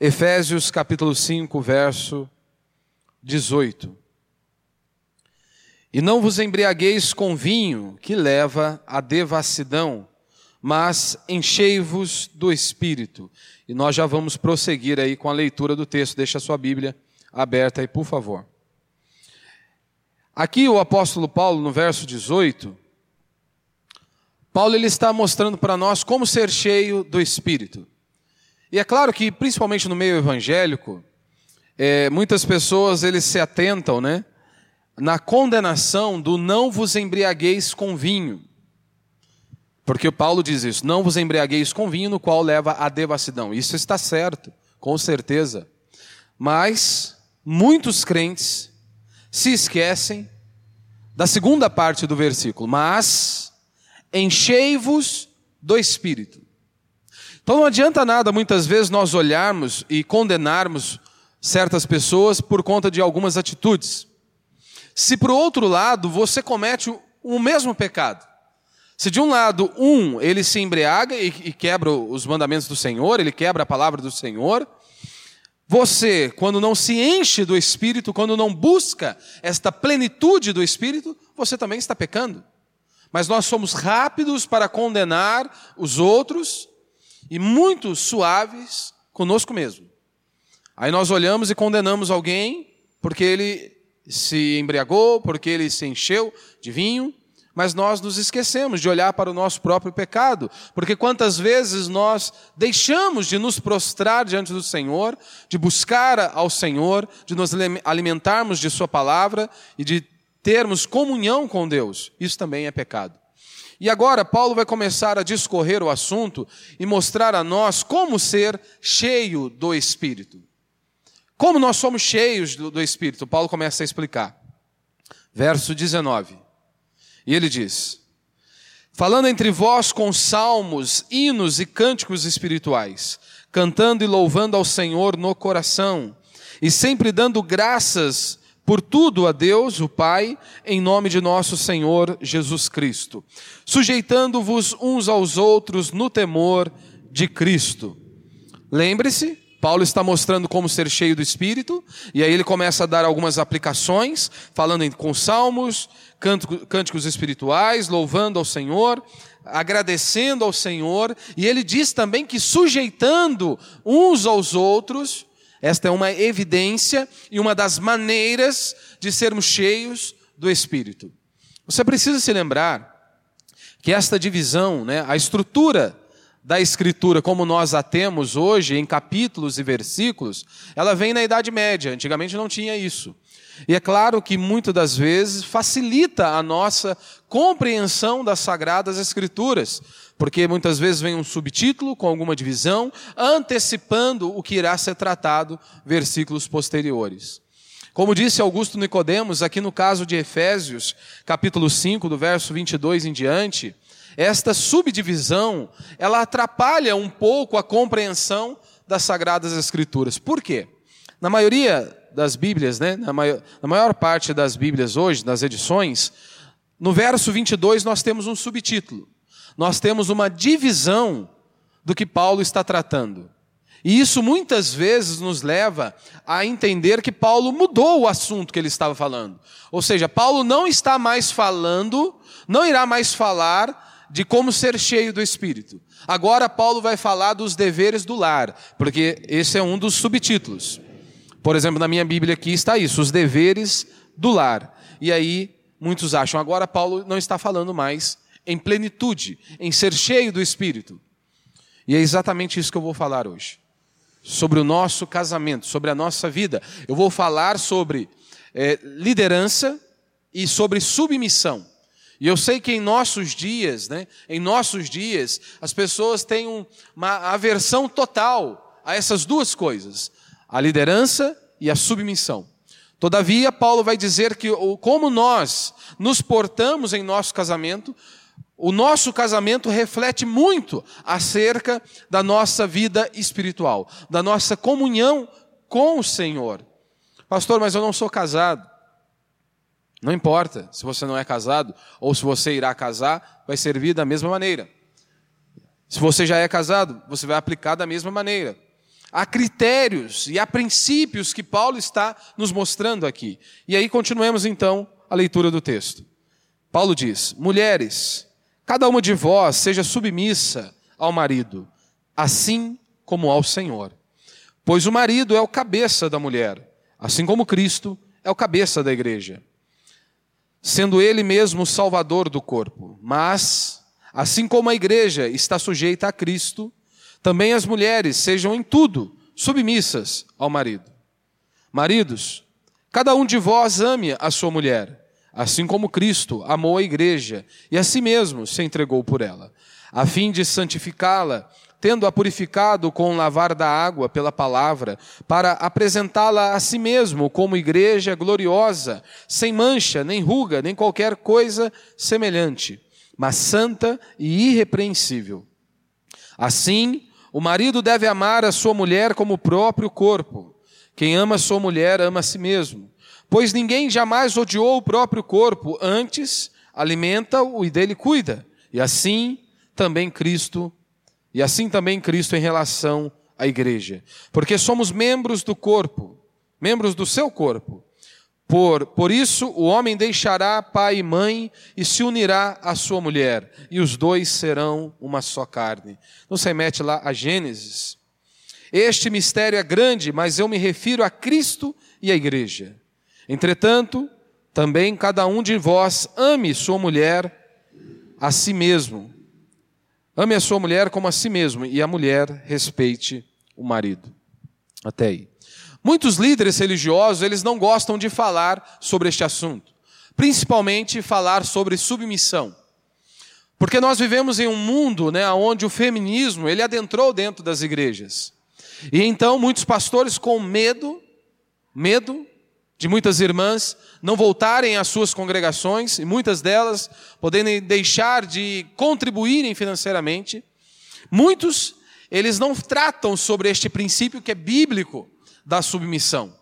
Efésios capítulo 5, verso 18. E não vos embriagueis com vinho, que leva à devassidão, mas enchei-vos do Espírito. E nós já vamos prosseguir aí com a leitura do texto. Deixa a sua Bíblia aberta aí, por favor. Aqui o apóstolo Paulo, no verso 18, Paulo ele está mostrando para nós como ser cheio do Espírito. E é claro que, principalmente no meio evangélico, muitas pessoas eles se atentam, na condenação do não vos embriagueis com vinho. Porque o Paulo diz isso, não vos embriagueis com vinho, no qual leva à devassidão. Isso está certo, com certeza. Mas muitos crentes se esquecem da segunda parte do versículo. Mas enchei-vos do Espírito. Então não adianta nada muitas vezes nós olharmos e condenarmos certas pessoas por conta de algumas atitudes. Se por outro lado você comete o mesmo pecado, se de um lado ele se embriaga e quebra os mandamentos do Senhor, ele quebra a palavra do Senhor, você, quando não se enche do Espírito, quando não busca esta plenitude do Espírito, você também está pecando. Mas nós somos rápidos para condenar os outros e muito suaves conosco mesmo. Aí nós olhamos e condenamos alguém porque ele se embriagou, porque ele se encheu de vinho, mas nós nos esquecemos de olhar para o nosso próprio pecado, porque quantas vezes nós deixamos de nos prostrar diante do Senhor, de buscar ao Senhor, de nos alimentarmos de sua palavra e de termos comunhão com Deus. Isso também é pecado. E agora Paulo vai começar a discorrer o assunto e mostrar a nós como ser cheio do Espírito. Como nós somos cheios do Espírito? Paulo começa a explicar. Verso 19. E ele diz: falando entre vós com salmos, hinos e cânticos espirituais, cantando e louvando ao Senhor no coração, e sempre dando graças por tudo a Deus, o Pai, em nome de nosso Senhor Jesus Cristo, sujeitando-vos uns aos outros no temor de Cristo. Lembre-se, Paulo está mostrando como ser cheio do Espírito, e aí ele começa a dar algumas aplicações, falando com salmos, cânticos espirituais, louvando ao Senhor, agradecendo ao Senhor, e ele diz também que sujeitando uns aos outros. Esta é uma evidência e uma das maneiras de sermos cheios do Espírito. Você precisa se lembrar que esta divisão, a estrutura da Escritura, como nós a temos hoje, em capítulos e versículos, ela vem na Idade Média. Antigamente não tinha isso. E é claro que muitas das vezes facilita a nossa compreensão das Sagradas Escrituras, porque muitas vezes vem um subtítulo com alguma divisão, antecipando o que irá ser tratado versículos posteriores. Como disse Augusto Nicodemos, aqui no caso de Efésios, capítulo 5, do verso 22 em diante, esta subdivisão, ela atrapalha um pouco a compreensão das Sagradas Escrituras. Por quê? Na maioria das Bíblias, na maior parte das Bíblias hoje, nas edições, no verso 22 nós temos um subtítulo. Nós temos uma divisão do que Paulo está tratando. E isso muitas vezes nos leva a entender que Paulo mudou o assunto que ele estava falando. Ou seja, Paulo não está mais falando, não irá mais falar de como ser cheio do Espírito. Agora Paulo vai falar dos deveres do lar, porque esse é um dos subtítulos. Por exemplo, na minha Bíblia aqui está isso, os deveres do lar. E aí muitos acham, agora Paulo não está falando mais em plenitude, em ser cheio do Espírito. E é exatamente isso que eu vou falar hoje. Sobre o nosso casamento, sobre a nossa vida. Eu vou falar sobre liderança e sobre submissão. E eu sei que em nossos dias, as pessoas têm uma aversão total a essas duas coisas, a liderança e a submissão. Todavia, Paulo vai dizer que como nós nos portamos em nosso casamento, o nosso casamento reflete muito acerca da nossa vida espiritual, da nossa comunhão com o Senhor. Pastor, mas eu não sou casado. Não importa se você não é casado ou se você irá casar, vai servir da mesma maneira. Se você já é casado, você vai aplicar da mesma maneira. há critérios e há princípios que Paulo está nos mostrando aqui. E aí continuemos então a leitura do texto. Paulo diz: mulheres, cada uma de vós seja submissa ao marido, assim como ao Senhor. Pois o marido é o cabeça da mulher, assim como Cristo é o cabeça da igreja, sendo ele mesmo o salvador do corpo. Mas, assim como a igreja está sujeita a Cristo, também as mulheres sejam em tudo submissas ao marido. Maridos, cada um de vós ame a sua mulher, assim como Cristo amou a igreja e a si mesmo se entregou por ela, a fim de santificá-la, tendo-a purificado com o lavar da água pela palavra, para apresentá-la a si mesmo como igreja gloriosa, sem mancha, nem ruga, nem qualquer coisa semelhante, mas santa e irrepreensível. Assim, o marido deve amar a sua mulher como o próprio corpo. Quem ama a sua mulher ama a si mesmo. Pois ninguém jamais odiou o próprio corpo, antes alimenta-o e dele cuida. E assim também Cristo em relação à igreja. Porque somos membros do corpo, membros do seu corpo. Por isso o homem deixará pai e mãe e se unirá à sua mulher, e os dois serão uma só carne. Não se remete lá a Gênesis. Este mistério é grande, mas eu me refiro a Cristo e à igreja. Entretanto, também cada um de vós ame sua mulher a si mesmo. Ame a sua mulher como a si mesmo, e a mulher respeite o marido. Até aí. Muitos líderes religiosos, eles não gostam de falar sobre este assunto. Principalmente falar sobre submissão. Porque nós vivemos em um mundo, onde o feminismo ele adentrou dentro das igrejas. E então muitos pastores com medo de muitas irmãs não voltarem às suas congregações, e muitas delas poderem deixar de contribuírem financeiramente. Muitos, eles não tratam sobre este princípio que é bíblico da submissão.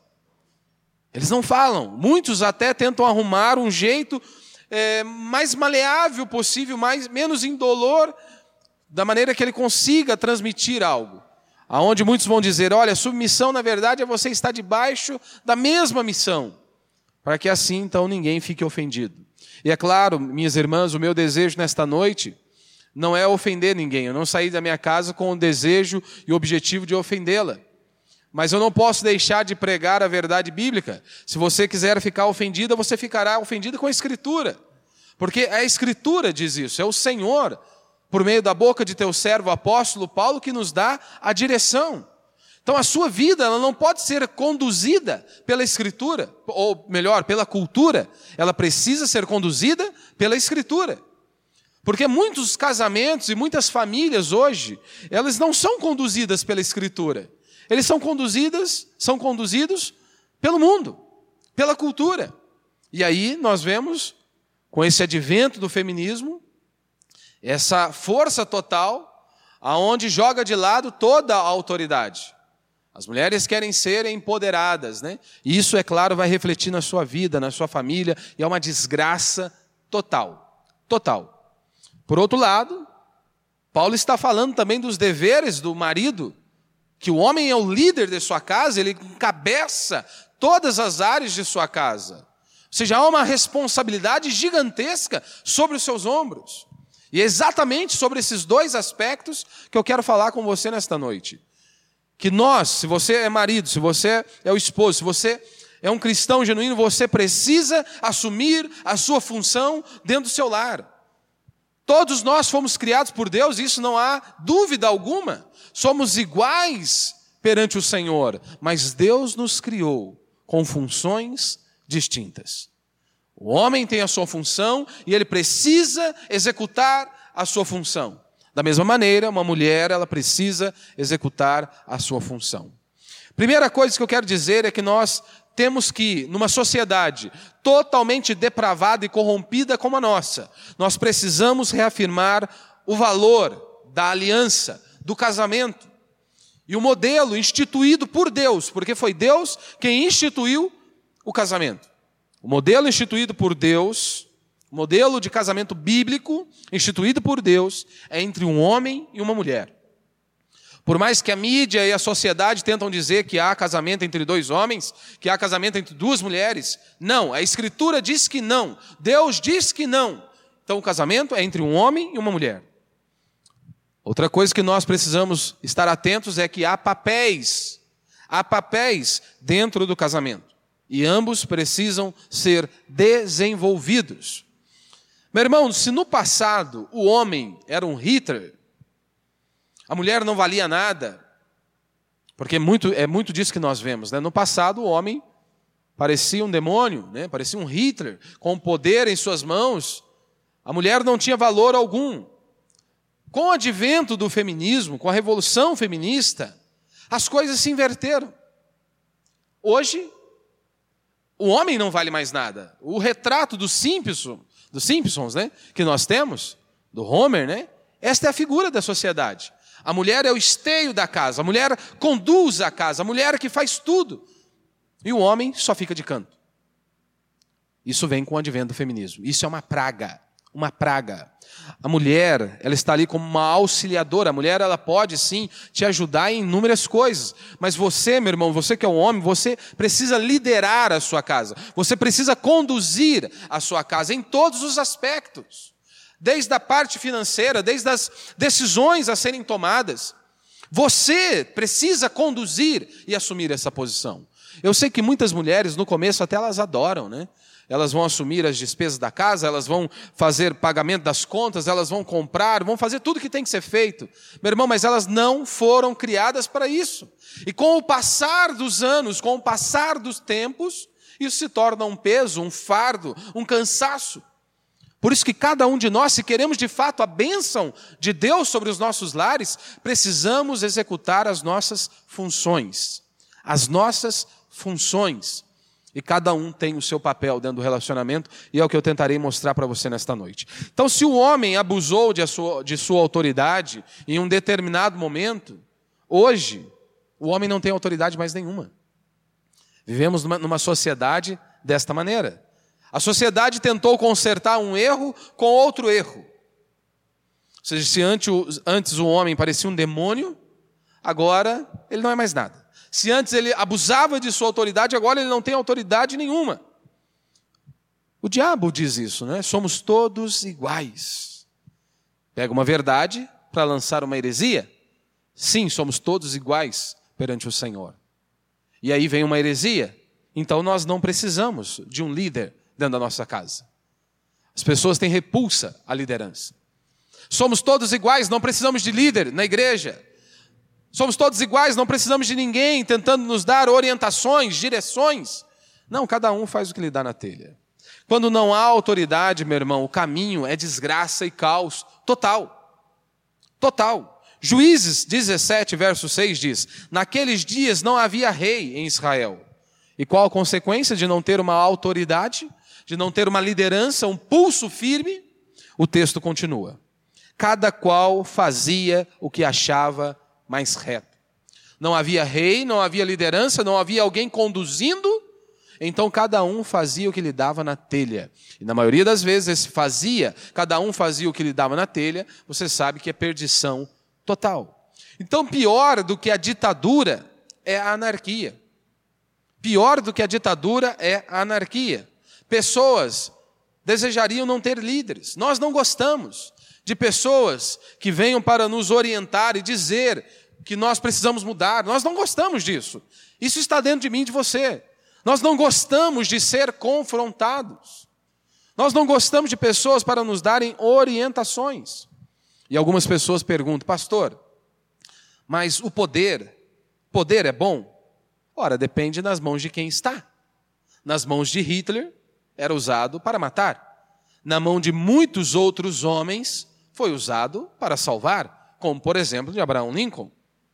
Eles não falam. Muitos até tentam arrumar um jeito mais maleável possível, menos indolor, da maneira que ele consiga transmitir algo. Aonde muitos vão dizer: olha, submissão na verdade é você estar debaixo da mesma missão, para que assim então ninguém fique ofendido. E é claro, minhas irmãs, o meu desejo nesta noite não é ofender ninguém. Eu não saí da minha casa com o desejo e o objetivo de ofendê-la. Mas eu não posso deixar de pregar a verdade bíblica. Se você quiser ficar ofendida, você ficará ofendida com a Escritura. Porque a Escritura diz isso, é o Senhor, por meio da boca de teu servo apóstolo Paulo, que nos dá a direção. Então a sua vida ela não pode ser conduzida pela Escritura, ou melhor, pela cultura. Ela precisa ser conduzida pela Escritura. Porque muitos casamentos e muitas famílias hoje, elas não são conduzidas pela Escritura. Eles são conduzidos pelo mundo, pela cultura. E aí nós vemos, com esse advento do feminismo, essa força total, aonde joga de lado toda a autoridade. As mulheres querem ser empoderadas, E isso, é claro, vai refletir na sua vida, na sua família, e é uma desgraça total. Total. Por outro lado, Paulo está falando também dos deveres do marido, que o homem é o líder de sua casa, ele encabeça todas as áreas de sua casa. Ou seja, há uma responsabilidade gigantesca sobre os seus ombros. E é exatamente sobre esses dois aspectos que eu quero falar com você nesta noite. Que nós, se você é marido, se você é o esposo, se você é um cristão genuíno, você precisa assumir a sua função dentro do seu lar. Todos nós fomos criados por Deus, isso não há dúvida alguma. Somos iguais perante o Senhor, mas Deus nos criou com funções distintas. O homem tem a sua função e ele precisa executar a sua função. Da mesma maneira, uma mulher, ela precisa executar a sua função. Primeira coisa que eu quero dizer é que nós temos que, numa sociedade totalmente depravada e corrompida como a nossa, nós precisamos reafirmar o valor da aliança, do casamento. E o modelo instituído por Deus, porque foi Deus quem instituiu o casamento. O modelo instituído por Deus, o modelo de casamento bíblico instituído por Deus, é entre um homem e uma mulher. Por mais que a mídia e a sociedade tentam dizer que há casamento entre 2 homens, que há casamento entre 2 mulheres, não, a Escritura diz que não, Deus diz que não. Então o casamento é entre um homem e uma mulher. Outra coisa que nós precisamos estar atentos é que há papéis dentro do casamento. E ambos precisam ser desenvolvidos. Meu irmão, se no passado o homem era um Hitler, a mulher não valia nada, porque é muito disso que nós vemos, né? No passado o homem parecia um demônio, né? Parecia um Hitler, com poder em suas mãos. A mulher não tinha valor algum. Com o advento do feminismo, com a revolução feminista, as coisas se inverteram. Hoje, o homem não vale mais nada. O retrato dos Simpsons, né, que nós temos, do Homer, né, esta é a figura da sociedade. A mulher é o esteio da casa, a mulher conduz a casa, a mulher que faz tudo. E o homem só fica de canto. Isso vem com o advento do feminismo. Isso é uma praga. Uma praga. A mulher, ela está ali como uma auxiliadora. A mulher, ela pode sim te ajudar em inúmeras coisas. Mas você, meu irmão, você que é um homem, você precisa liderar a sua casa. Você precisa conduzir a sua casa em todos os aspectos. Desde a parte financeira, desde as decisões a serem tomadas. Você precisa conduzir e assumir essa posição. Eu sei que muitas mulheres, no começo, até elas adoram, né? Elas vão assumir as despesas da casa, elas vão fazer pagamento das contas, elas vão comprar, vão fazer tudo que tem que ser feito. Meu irmão, mas elas não foram criadas para isso. E com o passar dos anos, com o passar dos tempos, isso se torna um peso, um fardo, um cansaço. Por isso que cada um de nós, se queremos de fato a bênção de Deus sobre os nossos lares, precisamos executar as nossas funções. As nossas funções. E cada um tem o seu papel dentro do relacionamento, e é o que eu tentarei mostrar para você nesta noite. Então, se o homem abusou de sua autoridade em um determinado momento, hoje, o homem não tem autoridade mais nenhuma. Vivemos numa sociedade desta maneira. A sociedade tentou consertar um erro com outro erro. Ou seja, se antes o homem parecia um demônio, agora ele não é mais nada. Se antes ele abusava de sua autoridade, agora ele não tem autoridade nenhuma. O diabo diz isso, né? Somos todos iguais. Pega uma verdade para lançar uma heresia. Sim, somos todos iguais perante o Senhor. E aí vem uma heresia. Então nós não precisamos de um líder dentro da nossa casa. As pessoas têm repulsa à liderança. Somos todos iguais, não precisamos de líder na igreja. Somos todos iguais, não precisamos de ninguém tentando nos dar orientações, direções. Não, cada um faz o que lhe dá na telha. Quando não há autoridade, meu irmão, o caminho é desgraça e caos total. Total. Juízes 17, verso 6 diz: naqueles dias não havia rei em Israel. E qual a consequência de não ter uma autoridade, de não ter uma liderança, um pulso firme? O texto continua. Cada qual fazia o que achava mais reto. Não havia rei, não havia liderança, não havia alguém conduzindo, então cada um fazia o que lhe dava na telha. E na maioria das vezes, cada um fazia o que lhe dava na telha, você sabe que é perdição total. Então pior do que a ditadura é a anarquia. Pior do que a ditadura é a anarquia. Pessoas desejariam não ter líderes. Nós não gostamos de pessoas que venham para nos orientar e dizer que nós precisamos mudar. Nós não gostamos disso. Isso está dentro de mim e de você. Nós não gostamos de ser confrontados. Nós não gostamos de pessoas para nos darem orientações. E algumas pessoas perguntam: pastor, mas o poder é bom? Ora, depende nas mãos de quem está. Nas mãos de Hitler, era usado para matar. Na mão de muitos outros homens, foi usado para salvar, como por exemplo de Abraham Lincoln.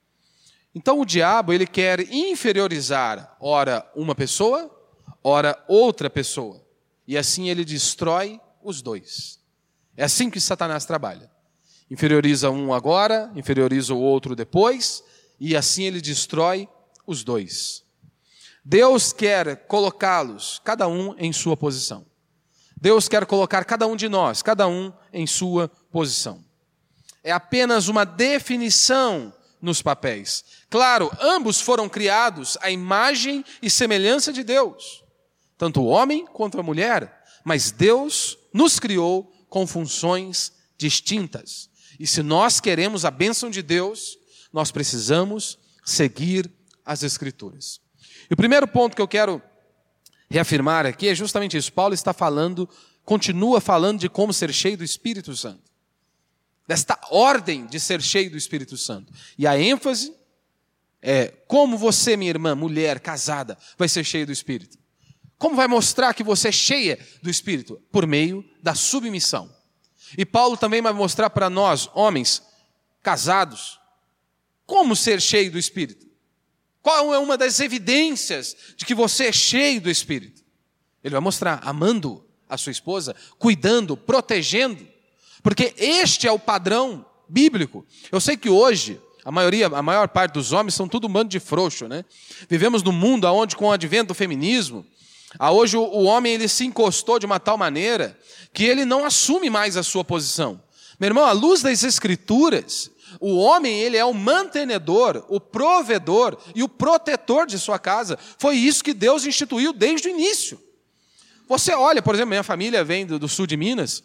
Então o diabo, ele quer inferiorizar ora uma pessoa, ora outra pessoa. E assim ele destrói os dois. É assim que Satanás trabalha. Inferioriza um agora, inferioriza o outro depois, e assim ele destrói os dois. Deus quer colocá-los, cada um em sua posição. Deus quer colocar cada um de nós, cada um em sua posição. É apenas uma definição nos papéis. Claro, ambos foram criados à imagem e semelhança de Deus, tanto o homem quanto a mulher, mas Deus nos criou com funções distintas. E se nós queremos a bênção de Deus, nós precisamos seguir as Escrituras. E o primeiro ponto que eu quero reafirmar aqui é justamente isso. Paulo está falando, continua falando de como ser cheio do Espírito Santo. Desta ordem de ser cheio do Espírito Santo. E a ênfase é como você, minha irmã, mulher, casada, vai ser cheia do Espírito. Como vai mostrar que você é cheia do Espírito? Por meio da submissão. E Paulo também vai mostrar para nós, homens casados, como ser cheio do Espírito. Qual é uma das evidências de que você é cheio do Espírito? Ele vai mostrar amando a sua esposa, cuidando, protegendo. Porque este é o padrão bíblico. Eu sei que hoje, a maior parte dos homens são tudo um bando de frouxo, né? Vivemos num mundo onde, com o advento do feminismo, hoje o homem ele se encostou de uma tal maneira que ele não assume mais a sua posição. Meu irmão, à luz das Escrituras, o homem ele é o mantenedor, o provedor e o protetor de sua casa. Foi isso que Deus instituiu desde o início. Você olha, por exemplo, minha família vem do sul de Minas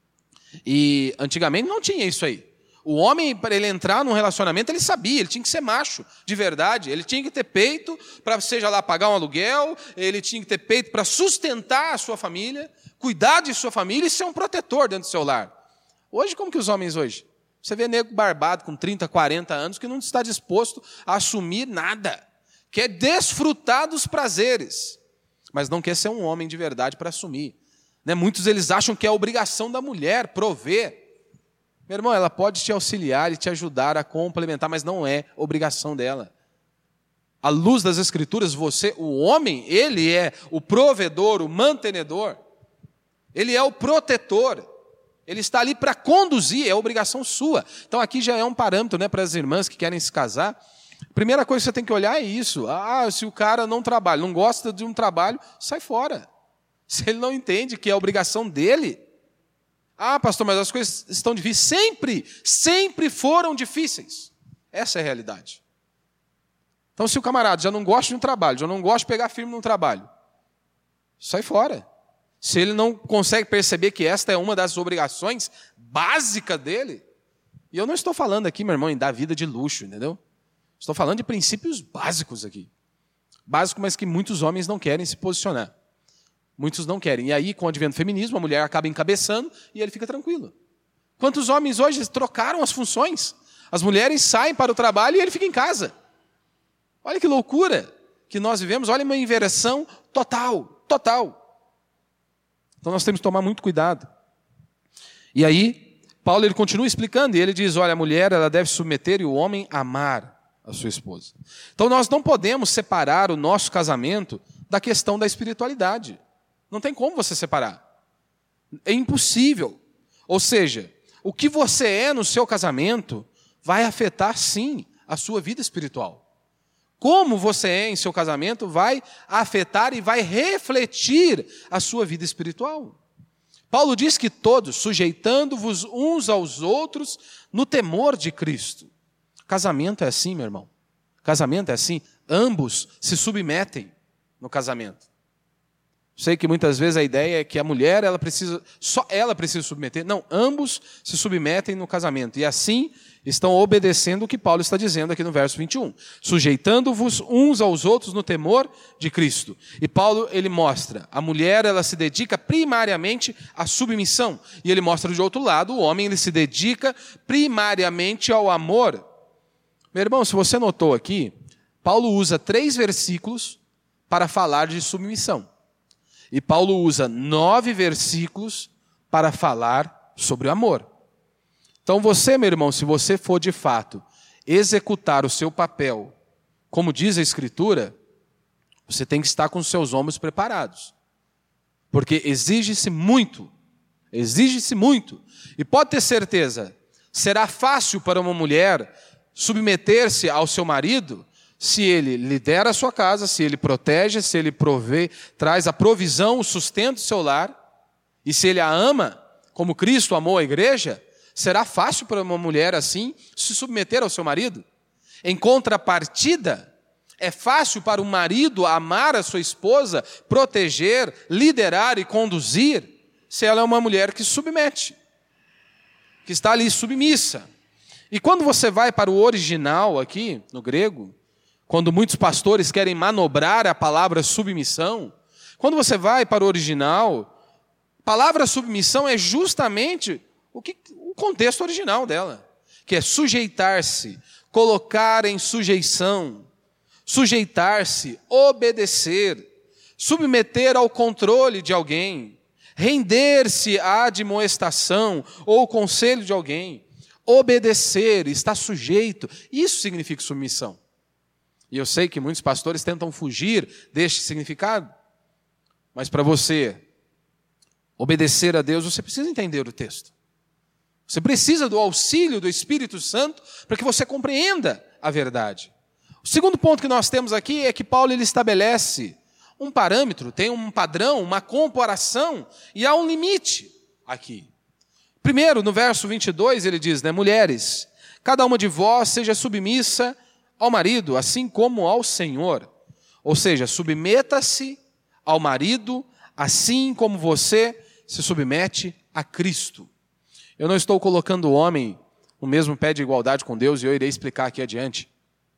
e antigamente não tinha isso aí. O homem, para ele entrar num relacionamento, ele sabia, ele tinha que ser macho, de verdade. Ele tinha que ter peito para, seja lá, pagar um aluguel, ele tinha que ter peito para sustentar a sua família, cuidar de sua família e ser um protetor dentro do seu lar. Hoje, como que os homens hoje? Você vê nego barbado com 30, 40 anos que não está disposto a assumir nada, quer desfrutar dos prazeres, mas não quer ser um homem de verdade para assumir. Né? Muitos eles acham que é obrigação da mulher prover. Meu irmão, ela pode te auxiliar e te ajudar a complementar, mas não é obrigação dela. À luz das Escrituras, você, o homem, ele é o provedor, o mantenedor. Ele é o protetor. Ele está ali para conduzir, é obrigação sua. Então aqui já é um parâmetro, né, para as irmãs que querem se casar. Primeira coisa que você tem que olhar é isso. Se o cara não trabalha, não gosta de um trabalho, sai fora. Se ele não entende que é obrigação dele. Pastor, mas as coisas estão difíceis. Sempre foram difíceis. Essa é a realidade. Então, se o camarada já não gosta de um trabalho, já não gosta de pegar firme num trabalho, sai fora. Se ele não consegue perceber que esta é uma das obrigações básicas dele, e eu não estou falando aqui, meu irmão, em dar vida de luxo, entendeu? Estou falando de princípios básicos aqui. Básicos, mas que muitos homens não querem se posicionar. Muitos não querem. E aí, com o advento do feminismo, a mulher acaba encabeçando e ele fica tranquilo. Quantos homens hoje trocaram as funções? As mulheres saem para o trabalho e ele fica em casa. Olha que loucura que nós vivemos. Olha uma inversão total. Então nós temos que tomar muito cuidado. E aí, Paulo ele continua explicando e ele diz, olha, a mulher ela deve submeter e o homem amar a sua esposa. Então nós não podemos separar o nosso casamento da questão da espiritualidade. Não tem como você separar. É impossível. Ou seja, o que você é no seu casamento vai afetar, sim, a sua vida espiritual. Como você é em seu casamento vai afetar e vai refletir a sua vida espiritual. Paulo diz que todos, sujeitando-vos uns aos outros no temor de Cristo. Casamento é assim, meu irmão. Casamento é assim. Ambos se submetem no casamento. Sei que muitas vezes a ideia é que a mulher, só ela precisa submeter. Não, ambos se submetem no casamento. E assim estão obedecendo o que Paulo está dizendo aqui no verso 21. Sujeitando-vos uns aos outros no temor de Cristo. E Paulo, ele mostra, a mulher, ela se dedica primariamente à submissão. E ele mostra de outro lado, o homem, ele se dedica primariamente ao amor. Meu irmão, se você notou aqui, Paulo usa 3 versículos para falar de submissão. E Paulo usa 9 versículos para falar sobre o amor. Então você, meu irmão, se você for de fato executar o seu papel, como diz a Escritura, você tem que estar com os seus ombros preparados. Porque exige-se muito. E pode ter certeza, será fácil para uma mulher submeter-se ao seu marido se ele lidera a sua casa, se ele protege, se ele provê, traz a provisão, o sustento do seu lar, e se ele a ama, como Cristo amou a igreja, será fácil para uma mulher assim se submeter ao seu marido? Em contrapartida, é fácil para o marido amar a sua esposa, proteger, liderar e conduzir, se ela é uma mulher que submete, que está ali submissa. E quando você vai para o original aqui, no grego, quando muitos pastores querem manobrar a palavra submissão, quando você vai para o original, a palavra submissão é justamente o contexto original dela, que é sujeitar-se, colocar em sujeição, sujeitar-se, obedecer, submeter ao controle de alguém, render-se à admoestação ou conselho de alguém, obedecer, estar sujeito, isso significa submissão. E eu sei que muitos pastores tentam fugir deste significado, mas para você obedecer a Deus, você precisa entender o texto. Você precisa do auxílio do Espírito Santo para que você compreenda a verdade. O segundo ponto que nós temos aqui é que Paulo ele estabelece um parâmetro, tem um padrão, uma comparação, e há um limite aqui. Primeiro, no verso 22, ele diz, mulheres, cada uma de vós seja submissa ao marido, assim como ao Senhor. Ou seja, submeta-se ao marido, assim como você se submete a Cristo. Eu não estou colocando o homem no mesmo pé de igualdade com Deus, e eu irei explicar aqui adiante.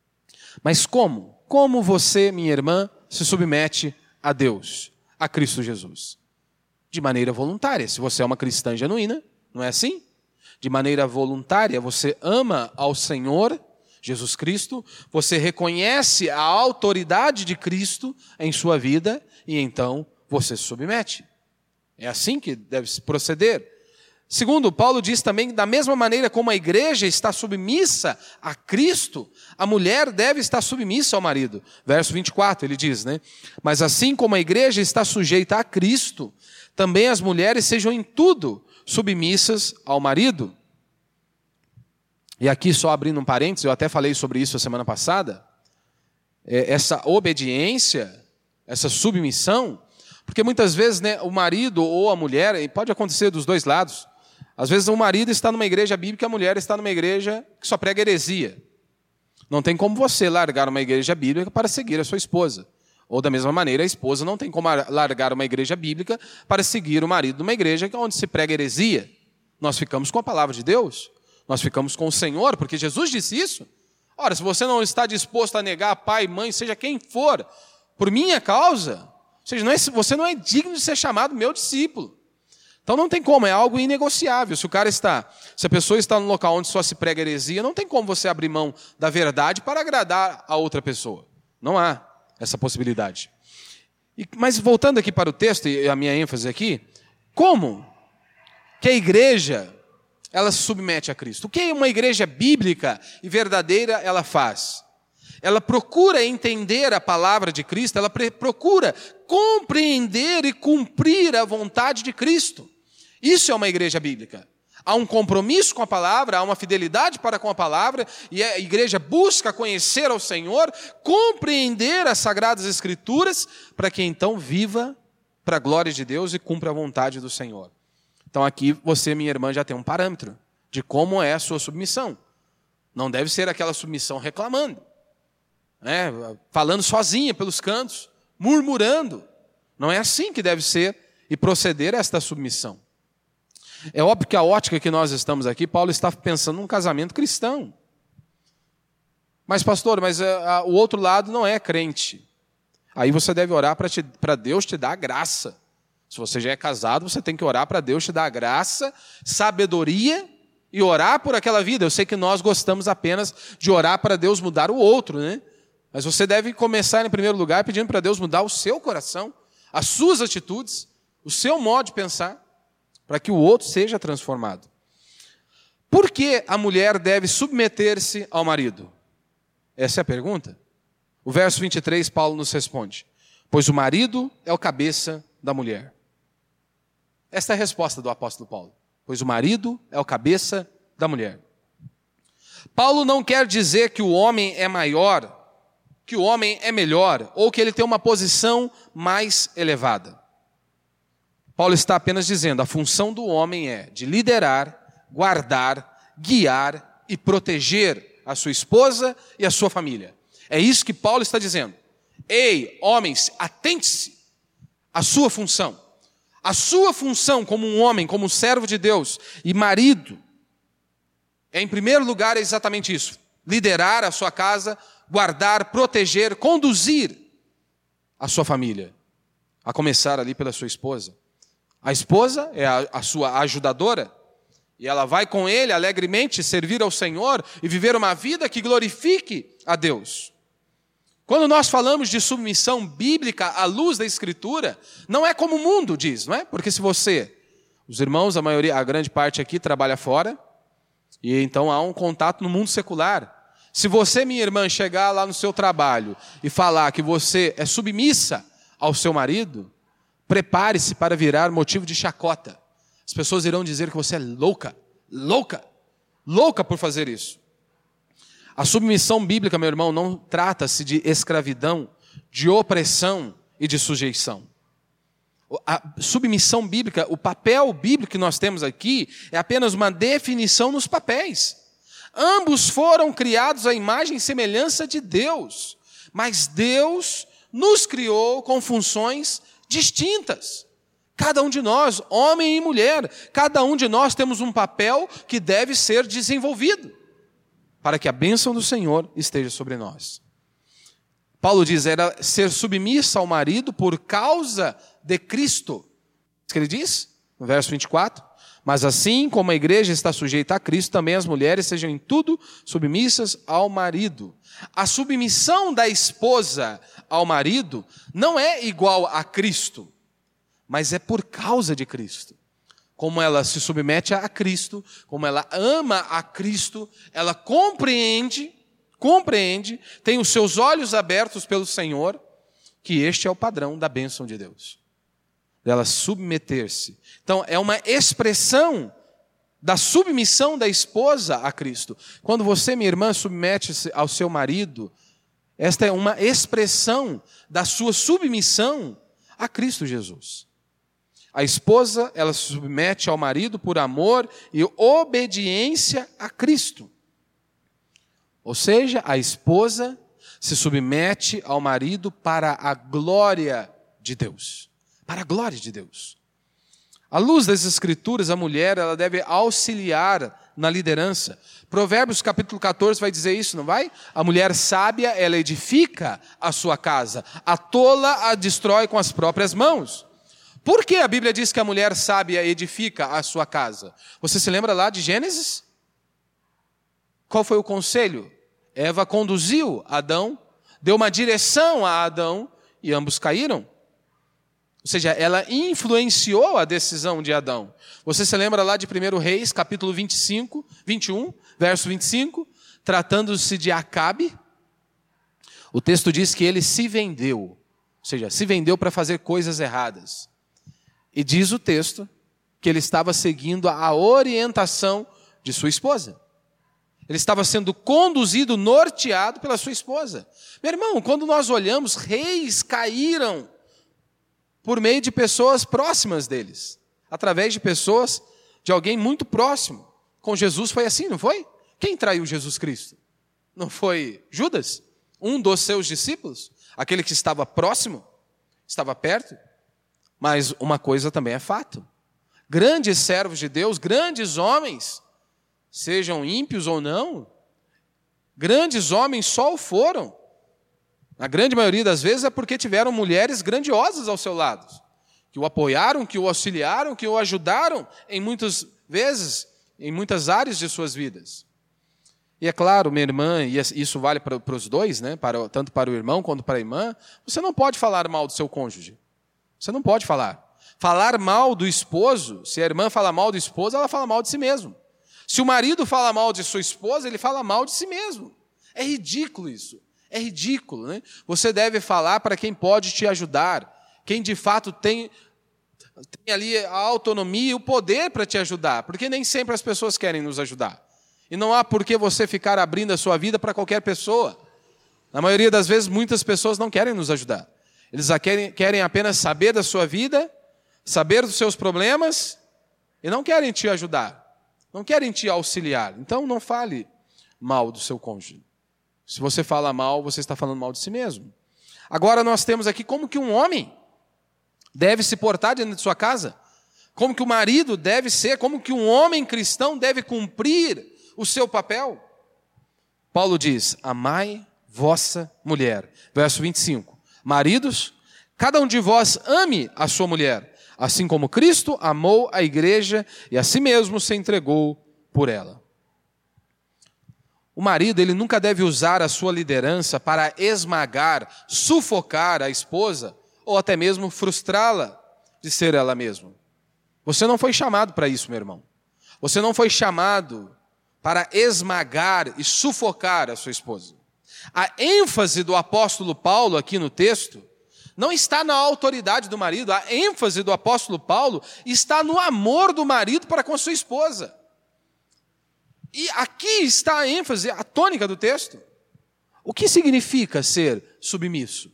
Mas como? Como você, minha irmã, se submete a Deus, a Cristo Jesus? De maneira voluntária. Se você é uma cristã genuína, não é assim? De maneira voluntária, você ama ao Senhor Jesus Cristo, você reconhece a autoridade de Cristo em sua vida e então você se submete. É assim que deve se proceder. Segundo, Paulo diz também que da mesma maneira como a igreja está submissa a Cristo, a mulher deve estar submissa ao marido. Verso 24, ele diz, Mas assim como a igreja está sujeita a Cristo, também as mulheres sejam em tudo submissas ao marido. E aqui só abrindo um parênteses, eu até falei sobre isso a semana passada, essa obediência, essa submissão, porque muitas vezes o marido ou a mulher, e pode acontecer dos dois lados, às vezes o marido está numa igreja bíblica e a mulher está numa igreja que só prega heresia. Não tem como você largar uma igreja bíblica para seguir a sua esposa. Ou da mesma maneira, a esposa não tem como largar uma igreja bíblica para seguir o marido numa igreja onde se prega heresia. Nós ficamos com a palavra de Deus, nós ficamos com o Senhor, porque Jesus disse isso. Ora, se você não está disposto a negar pai, mãe, seja quem for, por minha causa, ou seja, você não é digno de ser chamado meu discípulo. Então não tem como, é algo inegociável. Se a pessoa está num local onde só se prega heresia, não tem como você abrir mão da verdade para agradar a outra pessoa. Não há essa possibilidade. Mas voltando aqui para o texto, e a minha ênfase aqui, como que a igreja ela se submete a Cristo? O que uma igreja bíblica e verdadeira ela faz? Ela procura entender a palavra de Cristo, ela procura compreender e cumprir a vontade de Cristo. Isso é uma igreja bíblica. Há um compromisso com a palavra, há uma fidelidade para com a palavra, e a igreja busca conhecer ao Senhor, compreender as Sagradas Escrituras, para que então viva para a glória de Deus e cumpra a vontade do Senhor. Então aqui você, minha irmã, já tem um parâmetro de como é a sua submissão. Não deve ser aquela submissão reclamando, falando sozinha pelos cantos, murmurando. Não é assim que deve ser e proceder esta submissão. É óbvio que a ótica que nós estamos aqui, Paulo está pensando num casamento cristão. Mas pastor, o outro lado não é crente. Aí você deve orar para Deus te dar graça. Se você já é casado, você tem que orar para Deus te dar graça, sabedoria e orar por aquela vida. Eu sei que nós gostamos apenas de orar para Deus mudar o outro, Mas você deve começar em primeiro lugar pedindo para Deus mudar o seu coração, as suas atitudes, o seu modo de pensar, para que o outro seja transformado. Por que a mulher deve submeter-se ao marido? Essa é a pergunta. O verso 23, Paulo nos responde: pois o marido é o cabeça da mulher. Esta é a resposta do apóstolo Paulo. Pois o marido é o cabeça da mulher. Paulo não quer dizer que o homem é maior, que o homem é melhor, ou que ele tem uma posição mais elevada. Paulo está apenas dizendo, a função do homem é de liderar, guardar, guiar e proteger a sua esposa e a sua família. É isso que Paulo está dizendo. Ei, homens, atente-se à sua função. A sua função como um homem, como um servo de Deus e marido, em primeiro lugar, é exatamente isso. Liderar a sua casa, guardar, proteger, conduzir a sua família. A começar ali pela sua esposa. A esposa é a sua ajudadora. E ela vai com ele alegremente servir ao Senhor e viver uma vida que glorifique a Deus. Quando nós falamos de submissão bíblica à luz da Escritura, não é como o mundo diz, não é? Porque se você, os irmãos, a grande parte aqui trabalha fora, e então há um contato no mundo secular. Se você, minha irmã, chegar lá no seu trabalho e falar que você é submissa ao seu marido, prepare-se para virar motivo de chacota. As pessoas irão dizer que você é louca por fazer isso. A submissão bíblica, meu irmão, não trata-se de escravidão, de opressão e de sujeição. A submissão bíblica, o papel bíblico que nós temos aqui, é apenas uma definição nos papéis. Ambos foram criados à imagem e semelhança de Deus, mas Deus nos criou com funções distintas. Cada um de nós, homem e mulher, cada um de nós temos um papel que deve ser desenvolvido para que a bênção do Senhor esteja sobre nós. Paulo diz, era ser submissa ao marido por causa de Cristo. O que ele diz? No verso 24. Mas assim como a igreja está sujeita a Cristo, também as mulheres sejam em tudo submissas ao marido. A submissão da esposa ao marido não é igual a Cristo, mas é por causa de Cristo. Como ela se submete a Cristo, como ela ama a Cristo, ela compreende, tem os seus olhos abertos pelo Senhor, que este é o padrão da bênção de Deus. Dela submeter-se. Então, é uma expressão da submissão da esposa a Cristo. Quando você, minha irmã, submete-se ao seu marido, esta é uma expressão da sua submissão a Cristo Jesus. A esposa, ela se submete ao marido por amor e obediência a Cristo. Ou seja, a esposa se submete ao marido para a glória de Deus. Para a glória de Deus. À luz das Escrituras, a mulher ela deve auxiliar na liderança. Provérbios capítulo 14 vai dizer isso, não vai? A mulher sábia, ela edifica a sua casa. A tola a destrói com as próprias mãos. Por que a Bíblia diz que a mulher sábia edifica a sua casa? Você se lembra lá de Gênesis? Qual foi o conselho? Eva conduziu Adão, deu uma direção a Adão e ambos caíram. Ou seja, ela influenciou a decisão de Adão. Você se lembra lá de 1 Reis, capítulo 21, verso 25? Tratando-se de Acabe, o texto diz que ele se vendeu. Ou seja, se vendeu para fazer coisas erradas. E diz o texto que ele estava seguindo a orientação de sua esposa. Ele estava sendo conduzido, norteado pela sua esposa. Meu irmão, quando nós olhamos, reis caíram por meio de pessoas próximas deles. Através de pessoas, de alguém muito próximo. Com Jesus foi assim, não foi? Quem traiu Jesus Cristo? Não foi Judas? Um dos seus discípulos? Aquele que estava próximo? Estava perto? Mas uma coisa também é fato. Grandes servos de Deus, grandes homens, sejam ímpios ou não, grandes homens só o foram. Na grande maioria das vezes é porque tiveram mulheres grandiosas ao seu lado, que o apoiaram, que o auxiliaram, que o ajudaram em muitas vezes, em muitas áreas de suas vidas. E é claro, minha irmã, e isso vale para os dois, né? Tanto para o irmão quanto para a irmã, você não pode falar mal do seu cônjuge. Você não pode falar. Falar mal do esposo, se a irmã fala mal do esposo, ela fala mal de si mesmo. Se o marido fala mal de sua esposa, ele fala mal de si mesmo. É ridículo isso. É ridículo, né? Você deve falar para quem pode te ajudar. Quem de fato tem ali a autonomia e o poder para te ajudar. Porque nem sempre as pessoas querem nos ajudar. E não há por que você ficar abrindo a sua vida para qualquer pessoa. Na maioria das vezes, muitas pessoas não querem nos ajudar. Eles querem apenas saber da sua vida, saber dos seus problemas, e não querem te ajudar. Não querem te auxiliar. Então, não fale mal do seu cônjuge. Se você fala mal, você está falando mal de si mesmo. Agora nós temos aqui como que um homem deve se portar dentro de sua casa, como que o marido deve ser, como que um homem cristão deve cumprir o seu papel. Paulo diz, amai vossa mulher. Verso 25, maridos, cada um de vós ame a sua mulher, assim como Cristo amou a igreja e a si mesmo se entregou por ela. O marido, ele nunca deve usar a sua liderança para esmagar, sufocar a esposa, ou até mesmo frustrá-la de ser ela mesma. Você não foi chamado para isso, meu irmão. Você não foi chamado para esmagar e sufocar a sua esposa. A ênfase do apóstolo Paulo aqui no texto não está na autoridade do marido, a ênfase do apóstolo Paulo está no amor do marido para com a sua esposa. E aqui está a ênfase, a tônica do texto. O que significa ser submisso?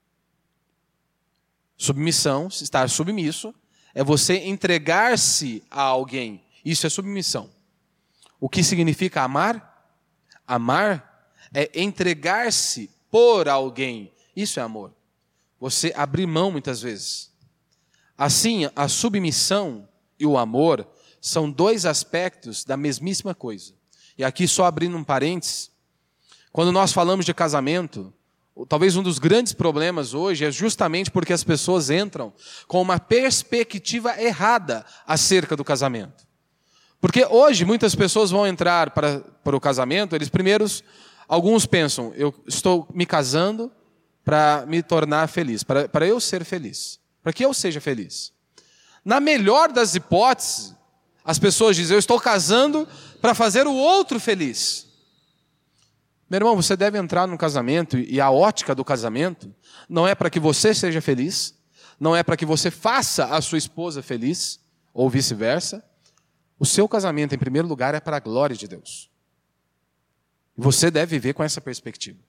Submissão, estar submisso, é você entregar-se a alguém. Isso é submissão. O que significa amar? Amar é entregar-se por alguém. Isso é amor. Você abrir mão muitas vezes. Assim, a submissão e o amor são dois aspectos da mesmíssima coisa. E aqui só abrindo um parênteses, quando nós falamos de casamento, talvez um dos grandes problemas hoje é justamente porque as pessoas entram com uma perspectiva errada acerca do casamento. Porque hoje muitas pessoas vão entrar para o casamento, alguns pensam, eu estou me casando para me tornar feliz, para eu ser feliz, para que eu seja feliz. Na melhor das hipóteses, as pessoas dizem, eu estou casando para fazer o outro feliz. Meu irmão, você deve entrar no casamento e a ótica do casamento não é para que você seja feliz, não é para que você faça a sua esposa feliz, ou vice-versa. O seu casamento, em primeiro lugar, é para a glória de Deus. Você deve viver com essa perspectiva.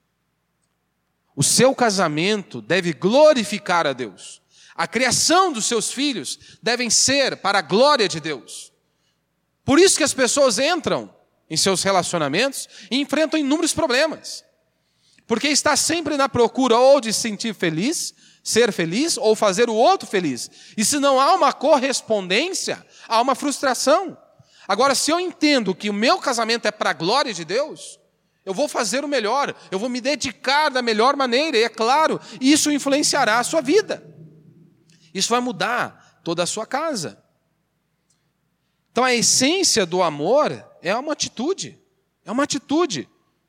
O seu casamento deve glorificar a Deus. A criação dos seus filhos devem ser para a glória de Deus. Por isso que as pessoas entram em seus relacionamentos e enfrentam inúmeros problemas. Porque está sempre na procura ou de se sentir feliz, ser feliz, ou fazer o outro feliz. E se não há uma correspondência, há uma frustração. Agora, se eu entendo que o meu casamento é para a glória de Deus, eu vou fazer o melhor, eu vou me dedicar da melhor maneira, e é claro, isso influenciará a sua vida. Isso vai mudar toda a sua casa. Então a essência do amor é uma atitude. É uma atitude.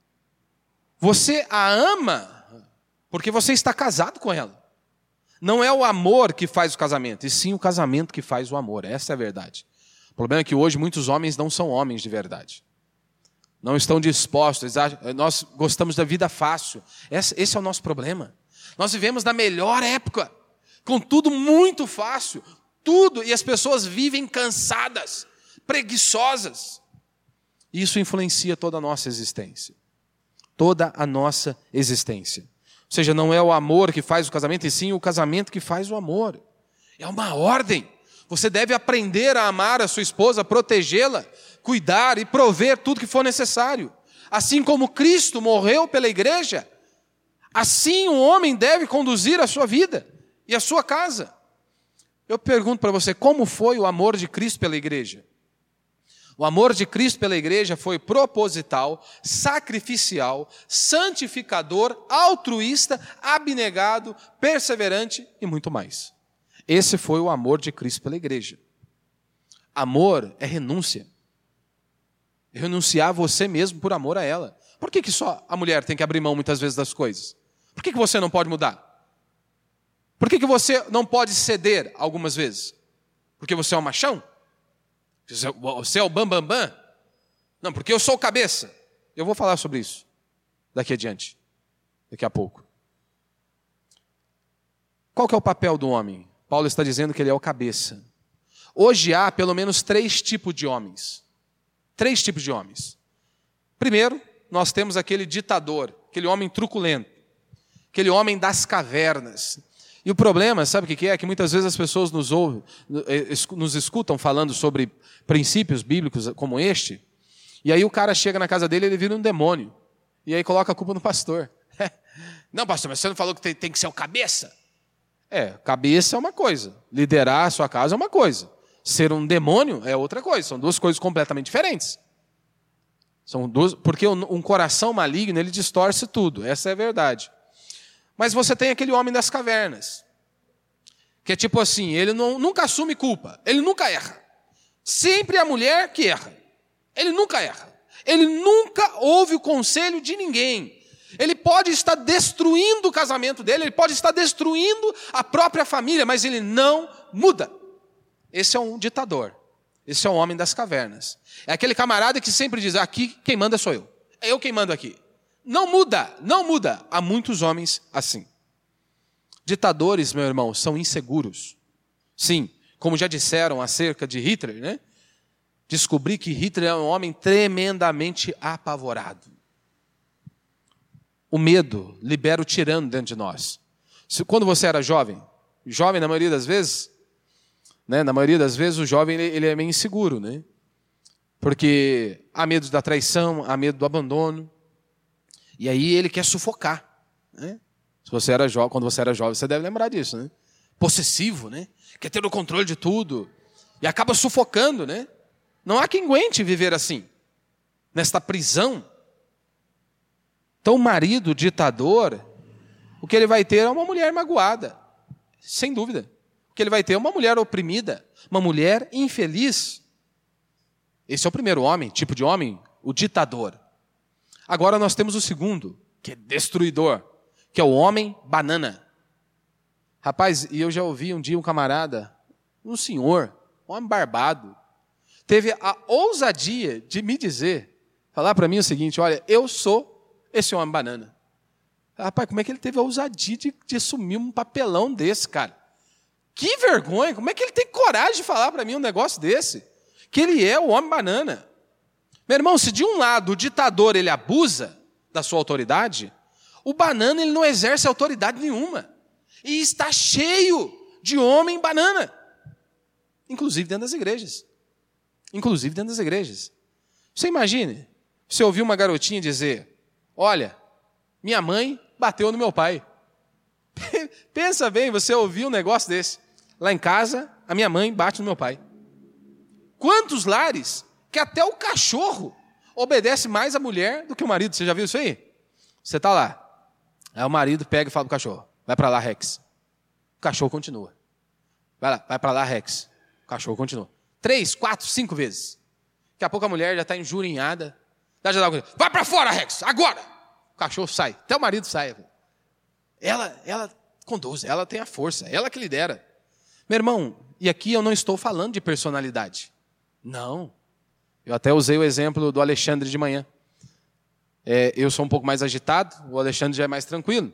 Você a ama porque você está casado com ela. Não é o amor que faz o casamento, e sim o casamento que faz o amor. Essa é a verdade. O problema é que hoje muitos homens não são homens de verdade. Não estão dispostos. Nós gostamos da vida fácil. Esse é o nosso problema. Nós vivemos na melhor época, com tudo muito fácil. Tudo, e as pessoas vivem cansadas, preguiçosas. Isso influencia toda a nossa existência. Toda a nossa existência. Ou seja, não é o amor que faz o casamento, e sim o casamento que faz o amor. É uma ordem. Você deve aprender a amar a sua esposa, protegê-la, cuidar e prover tudo que for necessário. Assim como Cristo morreu pela igreja, assim o homem deve conduzir a sua vida e a sua casa. Eu pergunto para você, como foi o amor de Cristo pela igreja? O amor de Cristo pela igreja foi proposital, sacrificial, santificador, altruísta, abnegado, perseverante e muito mais. Esse foi o amor de Cristo pela igreja. Amor é renúncia. É renunciar a você mesmo por amor a ela. Por que só a mulher tem que abrir mão muitas vezes das coisas? Por que você não pode mudar? Por que você não pode ceder algumas vezes? Porque você é um machão? Você é o bambambam? Não, porque eu sou o cabeça. Eu vou falar sobre isso daqui adiante, daqui a pouco. Qual que é o papel do homem? Paulo está dizendo que ele é o cabeça. Hoje há pelo menos 3 tipos de homens. 3 tipos de homens. Primeiro, nós temos aquele ditador, aquele homem truculento, aquele homem das cavernas. E o problema, sabe o que é? Que muitas vezes as pessoas nos escutam falando sobre princípios bíblicos como este, E aí o cara chega na casa dele e ele vira um demônio. E aí coloca a culpa no pastor. Não, pastor, mas você não falou que tem que ser o cabeça? Cabeça é uma coisa. Liderar a sua casa é uma coisa. Ser um demônio é outra coisa. São duas coisas completamente diferentes. Porque um coração maligno, ele distorce tudo. Essa é a verdade. Mas você tem aquele homem das cavernas. Que é tipo assim, ele nunca assume culpa. Ele nunca erra. Sempre é a mulher que erra. Ele nunca erra. Ele nunca ouve o conselho de ninguém. Ele pode estar destruindo o casamento dele, ele pode estar destruindo a própria família, mas ele não muda. Esse é um ditador. Esse é um homem das cavernas. É aquele camarada que sempre diz, aqui quem manda sou eu. É eu quem mando aqui. Não muda, não muda. Há muitos homens assim. Ditadores, meu irmão, são inseguros. Sim, como já disseram acerca de Hitler, né? Descobri que Hitler é um homem tremendamente apavorado. O medo libera o tirano dentro de nós. Quando você era jovem, na maioria das vezes, né? Na maioria das vezes o jovem ele é meio inseguro, né? Porque há medo da traição, há medo do abandono. E aí ele quer sufocar, né? Quando você era jovem, você deve lembrar disso, né? Possessivo, né? Quer ter o controle de tudo. E acaba sufocando, né? Não há quem aguente viver assim, nesta prisão. Então o marido ditador, o que ele vai ter é uma mulher magoada, sem dúvida. O que ele vai ter é uma mulher oprimida, uma mulher infeliz. Esse é o primeiro homem, tipo de homem, o ditador. Agora nós temos o segundo, que é destruidor, que é o homem banana. Rapaz, e eu já ouvi um dia um camarada, um senhor, um homem barbado, teve a ousadia de me dizer, falar para mim o seguinte, olha, eu sou esse homem banana. Rapaz, como é que ele teve a ousadia de assumir um papelão desse, cara? Que vergonha, como é que ele tem coragem de falar para mim um negócio desse? Que ele é o homem banana. Meu irmão, se de um lado o ditador ele abusa da sua autoridade, o banana ele não exerce autoridade nenhuma. E está cheio de homem banana. Inclusive dentro das igrejas. Você imagine, você ouvir uma garotinha dizer, olha, minha mãe bateu no meu pai. Pensa bem, você ouviu um negócio desse. Lá em casa, a minha mãe bate no meu pai. Quantos lares que até o cachorro obedece mais a mulher do que o marido? Você já viu isso aí? Você está lá. Aí o marido pega e fala para o cachorro, vai para lá, Rex. O cachorro continua. Vai para lá, Rex. O cachorro continua. 3, 4, 5 vezes. Daqui a pouco a mulher já está injurinhada. Vai para fora, Rex, agora! O cachorro sai, até o marido sai. Ela conduz, ela tem a força, ela que lidera. Meu irmão, e aqui eu não estou falando de personalidade. Não. Eu até usei o exemplo do Alexandre de manhã. Eu sou um pouco mais agitado, o Alexandre já é mais tranquilo.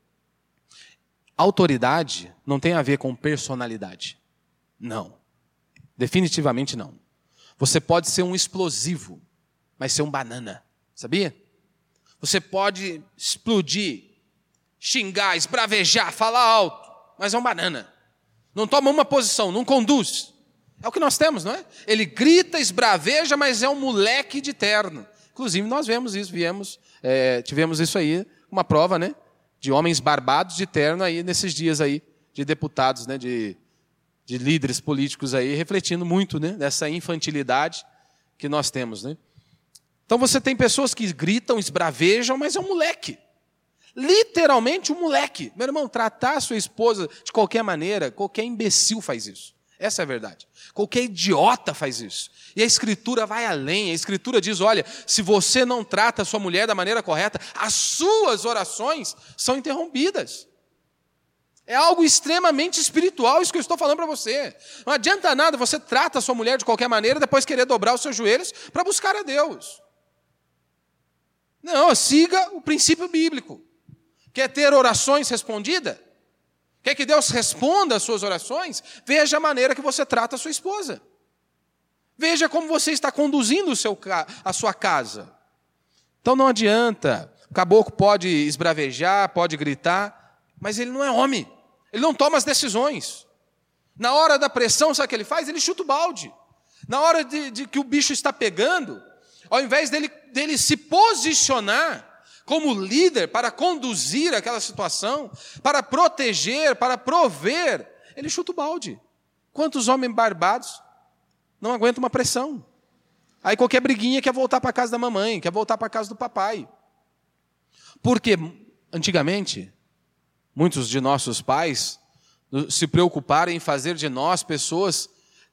Autoridade não tem a ver com personalidade. Não. Definitivamente não. Você pode ser um explosivo, mas ser um banana. Sabia? Você pode explodir, xingar, esbravejar, falar alto, mas é um banana. Não toma uma posição, não conduz. É o que nós temos, não é? Ele grita, esbraveja, mas é um moleque de terno. Inclusive, nós vemos isso, tivemos isso aí, uma prova, né? De homens barbados de terno aí nesses dias aí, de deputados, né? De líderes políticos aí, refletindo muito, né? Dessa infantilidade que nós temos, né? Então você tem pessoas que gritam, esbravejam, mas é um moleque. Literalmente um moleque. Meu irmão, tratar a sua esposa de qualquer maneira, qualquer imbecil faz isso. Essa é a verdade. Qualquer idiota faz isso. E a Escritura vai além. A Escritura diz, olha, se você não trata a sua mulher da maneira correta, as suas orações são interrompidas. É algo extremamente espiritual isso que eu estou falando para você. Não adianta nada você trata a sua mulher de qualquer maneira e depois querer dobrar os seus joelhos para buscar a Deus. Não, siga o princípio bíblico. Quer ter orações respondidas? Quer que Deus responda às suas orações? Veja a maneira que você trata a sua esposa. Veja como você está conduzindo a sua casa. Então não adianta. O caboclo pode esbravejar, pode gritar, mas ele não é homem. Ele não toma as decisões. Na hora da pressão, sabe o que ele faz? Ele chuta o balde. Na hora de que o bicho está pegando, ao invés dele se posicionar como líder para conduzir aquela situação, para proteger, para prover, ele chuta o balde. Quantos homens barbados não aguentam uma pressão? Aí qualquer briguinha quer voltar para a casa da mamãe, quer voltar para a casa do papai. Porque, antigamente, muitos de nossos pais se preocuparam em fazer de nós pessoas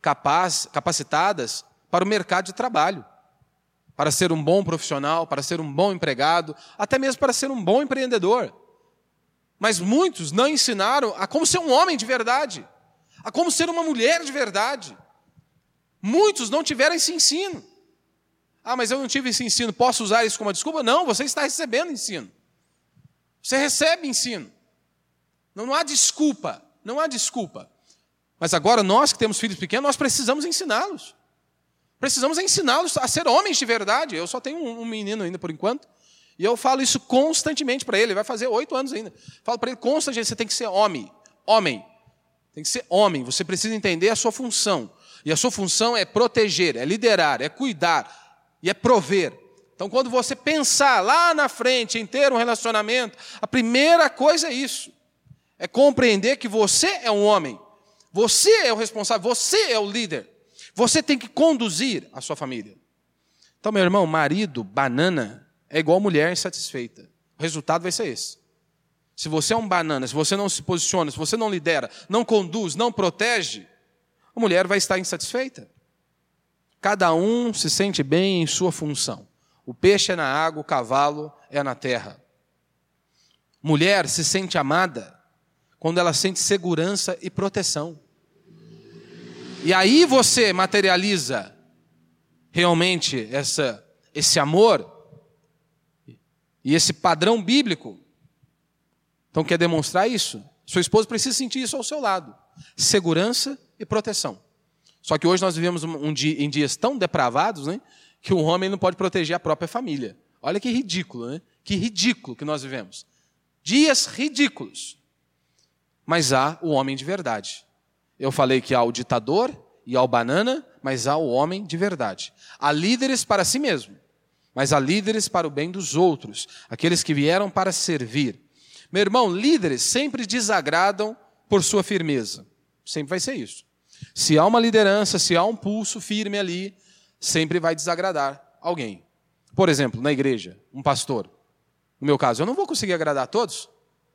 capacitadas para o mercado de trabalho, para ser um bom profissional, para ser um bom empregado, até mesmo para ser um bom empreendedor. Mas muitos não ensinaram a como ser um homem de verdade, a como ser uma mulher de verdade. Muitos não tiveram esse ensino. Ah, mas eu não tive esse ensino, posso usar isso como uma desculpa? Não, você está recebendo ensino. Você recebe ensino. Não há desculpa, não há desculpa. Mas agora nós que temos filhos pequenos, nós precisamos ensiná-los. Precisamos ensiná-los a ser homens de verdade. Eu só tenho um menino ainda por enquanto, e eu falo isso constantemente para ele. Ele vai fazer 8 anos ainda. Falo para ele constantemente, você tem que ser homem. Homem. Tem que ser homem. Você precisa entender a sua função. E a sua função é proteger, é liderar, é cuidar e é prover. Então, quando você pensar lá na frente em ter um relacionamento, a primeira coisa é isso. É compreender que você é um homem. Você é o responsável, você é o líder. Você tem que conduzir a sua família. Então, meu irmão, marido, banana, é igual mulher insatisfeita. O resultado vai ser esse. Se você é um banana, se você não se posiciona, se você não lidera, não conduz, não protege, a mulher vai estar insatisfeita. Cada um se sente bem em sua função. O peixe é na água, o cavalo é na terra. Mulher se sente amada quando ela sente segurança e proteção. E aí você materializa realmente esse amor e esse padrão bíblico. Então quer demonstrar isso? Sua esposa precisa sentir isso ao seu lado. Segurança e proteção. Só que hoje nós vivemos em dias tão depravados, né, que o homem não pode proteger a própria família. Olha que ridículo, né? Que ridículo que nós vivemos. Dias ridículos. Mas há o homem de verdade. Eu falei que há o ditador e há o banana, mas há o homem de verdade. Há líderes para si mesmo, mas há líderes para o bem dos outros, aqueles que vieram para servir. Meu irmão, líderes sempre desagradam por sua firmeza. Sempre vai ser isso. Se há uma liderança, se há um pulso firme ali, sempre vai desagradar alguém. Por exemplo, na igreja, um pastor. No meu caso, eu não vou conseguir agradar a todos.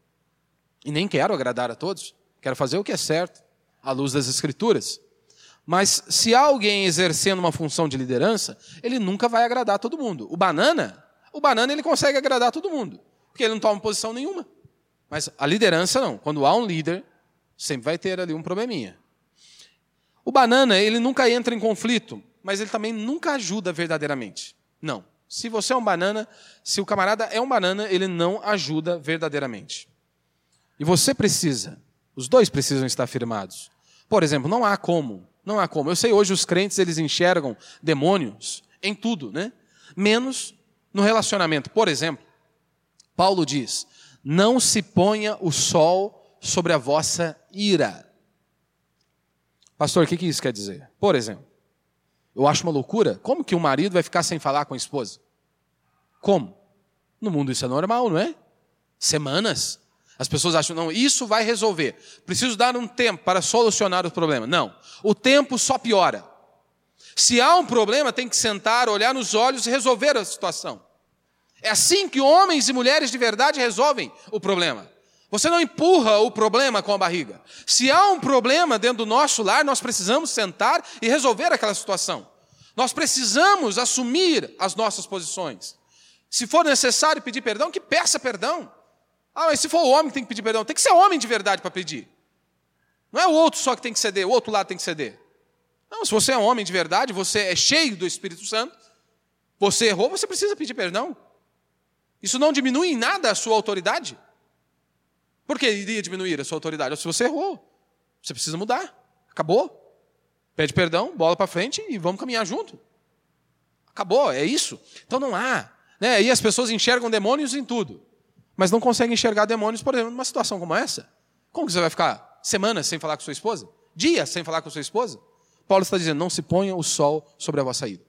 E nem quero agradar a todos. Quero fazer o que é certo, à luz das Escrituras. Mas se há alguém exercendo uma função de liderança, ele nunca vai agradar todo mundo. O banana ele consegue agradar todo mundo, porque ele não toma posição nenhuma. Mas a liderança não. Quando há um líder, sempre vai ter ali um probleminha. O banana, ele nunca entra em conflito, mas ele também nunca ajuda verdadeiramente. Não. Se você é um banana, se o camarada é um banana, ele não ajuda verdadeiramente. E você precisa, os dois precisam estar firmados. Por exemplo, não há como. Eu sei, hoje os crentes, eles enxergam demônios em tudo, né? Menos no relacionamento. Por exemplo, Paulo diz, não se ponha o sol sobre a vossa ira. Pastor, o que isso quer dizer? Por exemplo, eu acho uma loucura. Como que um marido vai ficar sem falar com a esposa? Como? No mundo isso é normal, não é? Semanas. As pessoas acham, não, isso vai resolver. Preciso dar um tempo para solucionar o problema. Não, o tempo só piora. Se há um problema, tem que sentar, olhar nos olhos e resolver a situação. É assim que homens e mulheres de verdade resolvem o problema. Você não empurra o problema com a barriga. Se há um problema dentro do nosso lar, nós precisamos sentar e resolver aquela situação. Nós precisamos assumir as nossas posições. Se for necessário pedir perdão, que peça perdão. Ah, mas se for o homem que tem que pedir perdão, tem que ser homem de verdade para pedir. Não é o outro só que tem que ceder, o outro lado tem que ceder. Não, se você é um homem de verdade, você é cheio do Espírito Santo, você errou, você precisa pedir perdão. Isso não diminui em nada a sua autoridade. Por que iria diminuir a sua autoridade? Se você errou, você precisa mudar. Acabou. Pede perdão, bola para frente e vamos caminhar junto. Acabou, é isso. Então não há. Né? E as pessoas enxergam demônios em tudo, mas não conseguem enxergar demônios, por exemplo, numa situação como essa. Como que você vai ficar semanas sem falar com sua esposa? Dias sem falar com sua esposa? Paulo está dizendo, não se ponha o sol sobre a vossa ira.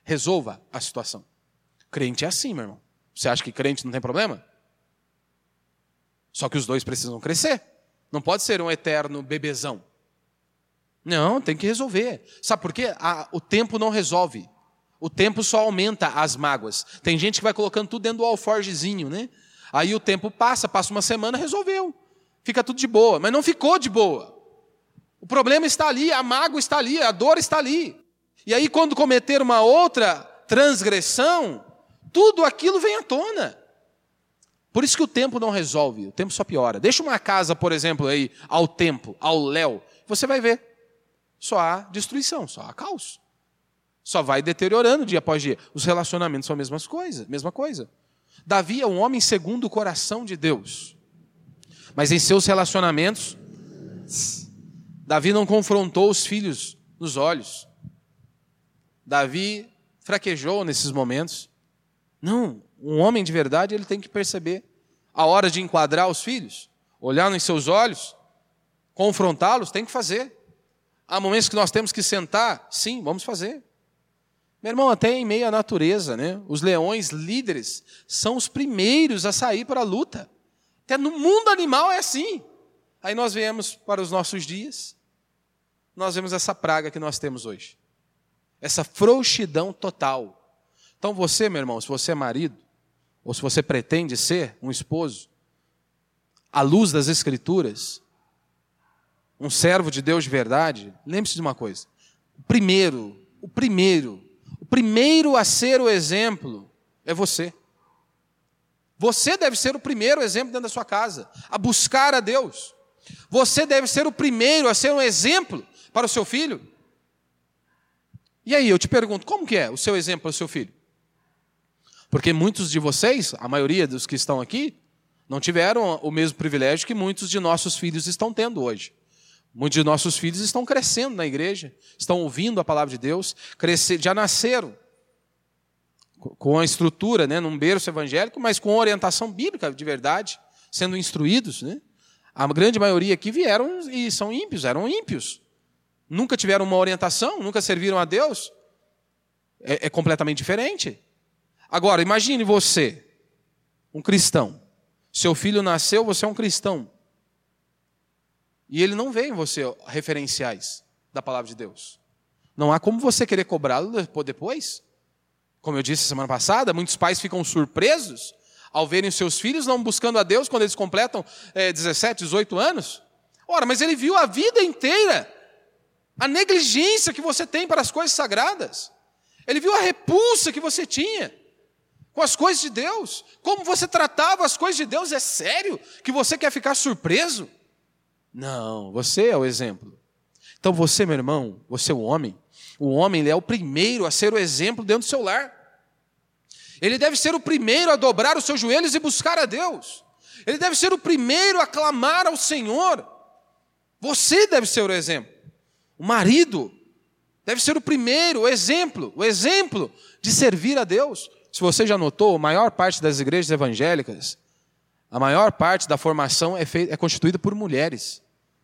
resolva a situação. Crente é assim, meu irmão. Você acha que crente não tem problema? Só que os dois precisam crescer. Não pode ser um eterno bebezão. Não, tem que resolver. Sabe por quê? O tempo não resolve. O tempo só aumenta as mágoas. Tem gente que vai colocando tudo dentro do alforgezinho, né? Aí o tempo passa uma semana, resolveu. Fica tudo de boa. Mas não ficou de boa. O problema está ali, a mágoa está ali, a dor está ali. E aí quando cometer uma outra transgressão, tudo aquilo vem à tona. Por isso que o tempo não resolve, o tempo só piora. Deixa uma casa, por exemplo, aí, ao tempo, ao léu, você vai ver. Só há destruição, só há caos. Só vai deteriorando dia após dia. Os relacionamentos são a mesma coisa. Davi é um homem segundo o coração de Deus. Mas em seus relacionamentos, Davi não confrontou os filhos nos olhos. Davi fraquejou nesses momentos. Não, um homem de verdade ele tem que perceber a hora de enquadrar os filhos, olhar nos seus olhos, confrontá-los, tem que fazer. Há momentos que nós temos que sentar, sim, vamos fazer. Meu irmão, até em meio à natureza, né? Os leões líderes são os primeiros a sair para a luta. Até no mundo animal é assim. Aí nós viemos para os nossos dias, nós vemos essa praga que nós temos hoje. Essa frouxidão total. Então você, meu irmão, se você é marido, ou se você pretende ser um esposo, à luz das Escrituras, um servo de Deus de verdade, lembre-se de uma coisa. O primeiro a ser o exemplo é você. Você deve ser o primeiro exemplo dentro da sua casa, a buscar a Deus. Você deve ser o primeiro a ser um exemplo para o seu filho. E aí, eu te pergunto, como que é o seu exemplo para o seu filho? Porque muitos de vocês, a maioria dos que estão aqui, não tiveram o mesmo privilégio que muitos de nossos filhos estão tendo hoje. Muitos de nossos filhos estão crescendo na igreja, estão ouvindo a palavra de Deus, já nasceram com a estrutura, né, num berço evangélico, mas com orientação bíblica de verdade, sendo instruídos. Né? A grande maioria aqui vieram e são ímpios, eram ímpios. Nunca tiveram uma orientação, nunca serviram a Deus. É completamente diferente. Agora, imagine você, um cristão. Seu filho nasceu, você é um cristão. E ele não vê em você referenciais da palavra de Deus. Não há como você querer cobrá-lo depois. Como eu disse semana passada, muitos pais ficam surpresos ao verem os seus filhos não buscando a Deus quando eles completam 17, 18 anos. Ora, mas ele viu a vida inteira a negligência que você tem para as coisas sagradas. Ele viu a repulsa que você tinha com as coisas de Deus. Como você tratava as coisas de Deus. É sério que você quer ficar surpreso? Não, você é o exemplo. Então você, meu irmão, você é o homem ele é o primeiro a ser o exemplo dentro do seu lar. Ele deve ser o primeiro a dobrar os seus joelhos e buscar a Deus. Ele deve ser o primeiro a clamar ao Senhor. Você deve ser o exemplo. O marido deve ser o primeiro, o exemplo de servir a Deus. Se você já notou, a maior parte das igrejas evangélicas, a maior parte da formação é constituída por mulheres.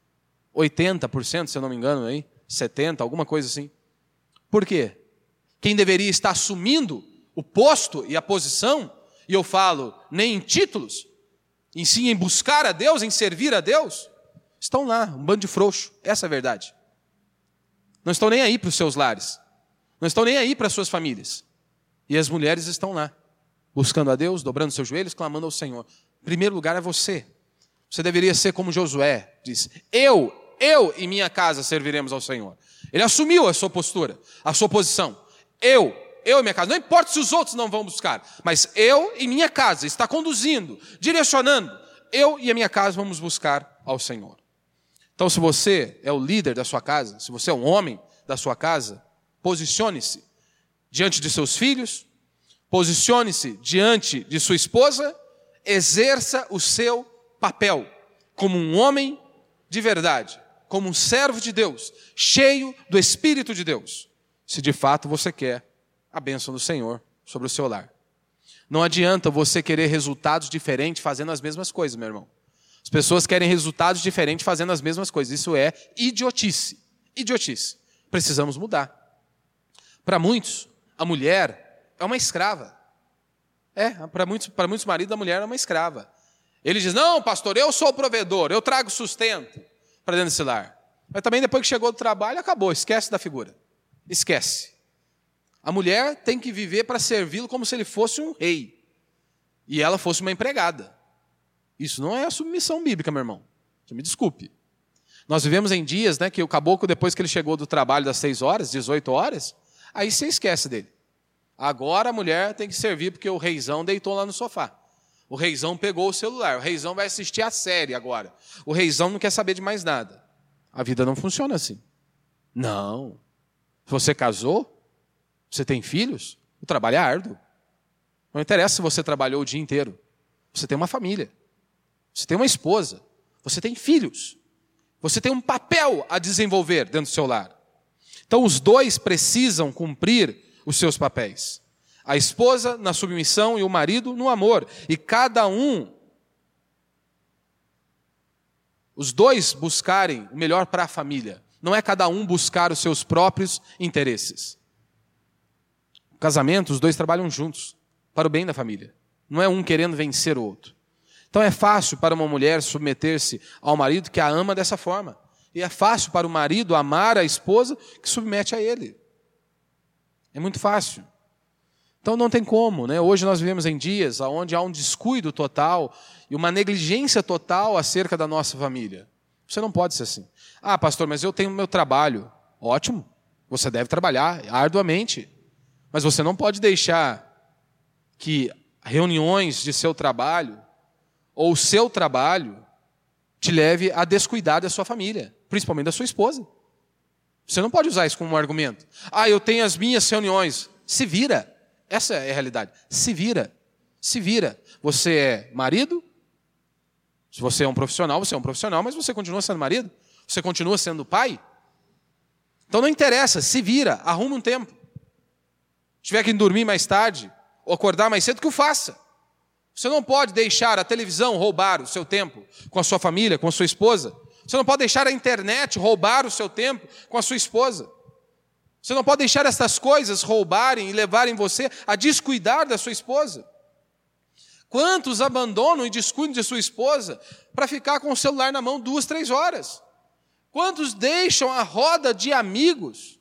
80%, se eu não me engano, aí, 70%, alguma coisa assim. Por quê? Quem deveria estar assumindo o posto e a posição, e eu falo nem em títulos, e sim em buscar a Deus, em servir a Deus, estão lá, um bando de frouxo. Essa é a verdade. Não estão nem aí para os seus lares. Não estão nem aí para as suas famílias. E as mulheres estão lá, buscando a Deus, dobrando seus joelhos, clamando ao Senhor. Em primeiro lugar é você. Você deveria ser como Josué disse: eu e minha casa serviremos ao Senhor. Ele assumiu a sua postura, a sua posição. Eu e minha casa. Não importa se os outros não vão buscar, mas eu e minha casa está conduzindo, direcionando. Eu e a minha casa vamos buscar ao Senhor. Então, se você é o líder da sua casa, se você é um homem da sua casa, posicione-se diante de seus filhos, posicione-se diante de sua esposa, exerça o seu papel como um homem de verdade, como um servo de Deus, cheio do Espírito de Deus, se de fato você quer a bênção do Senhor sobre o seu lar. Não adianta você querer resultados diferentes fazendo as mesmas coisas, meu irmão. As pessoas querem resultados diferentes fazendo as mesmas coisas. Isso é idiotice. Idiotice. Precisamos mudar. Para muitos, a mulher é uma escrava. Para muitos maridos, a mulher é uma escrava. Ele diz, não, pastor, eu sou o provedor, eu trago sustento para dentro desse lar. Mas também depois que chegou do trabalho, acabou, esquece da figura. Esquece. A mulher tem que viver para servi-lo como se ele fosse um rei. E ela fosse uma empregada. Isso não é a submissão bíblica, meu irmão. Você me desculpe. Nós vivemos em dias, né, que o caboclo, depois que ele chegou do trabalho das 6 horas, 18 horas, aí você esquece dele. Agora a mulher tem que servir porque o reizão deitou lá no sofá. O reizão pegou o celular. O reizão vai assistir a série agora. O reizão não quer saber de mais nada. A vida não funciona assim. Não. Você casou? Você tem filhos? O trabalho é árduo. Não interessa se você trabalhou o dia inteiro. Você tem uma família. Você tem uma esposa. Você tem filhos. Você tem um papel a desenvolver dentro do seu lar. Então os dois precisam cumprir os seus papéis. A esposa na submissão e o marido no amor. E cada um, os dois buscarem o melhor para a família. Não é cada um buscar os seus próprios interesses. No casamento, os dois trabalham juntos para o bem da família. Não é um querendo vencer o outro. Então é fácil para uma mulher submeter-se ao marido que a ama dessa forma. E é fácil para o marido amar a esposa que submete a ele. É muito fácil. Então não tem como, né? Hoje nós vivemos em dias onde há um descuido total e uma negligência total acerca da nossa família. Você não pode ser assim. Ah, pastor, mas eu tenho meu trabalho. Ótimo, você deve trabalhar arduamente. Mas você não pode deixar que reuniões de seu trabalho ou o seu trabalho te leve a descuidar da sua família, principalmente da sua esposa. Você não pode usar isso como um argumento. Ah, eu tenho as minhas reuniões. Se vira. Essa é a realidade. Se vira. Se vira. Você é marido. Se você é um profissional, você é um profissional, mas você continua sendo marido. Você continua sendo pai. Então não interessa. Se vira. Arruma um tempo. Se tiver que dormir mais tarde ou acordar mais cedo, que o faça. Você não pode deixar a televisão roubar o seu tempo com a sua família, com a sua esposa. Você não pode deixar a internet roubar o seu tempo com a sua esposa. Você não pode deixar essas coisas roubarem e levarem você a descuidar da sua esposa. Quantos abandonam e descuidam de sua esposa para ficar com o celular na mão 2, 3 horas? Quantos deixam a roda de amigos?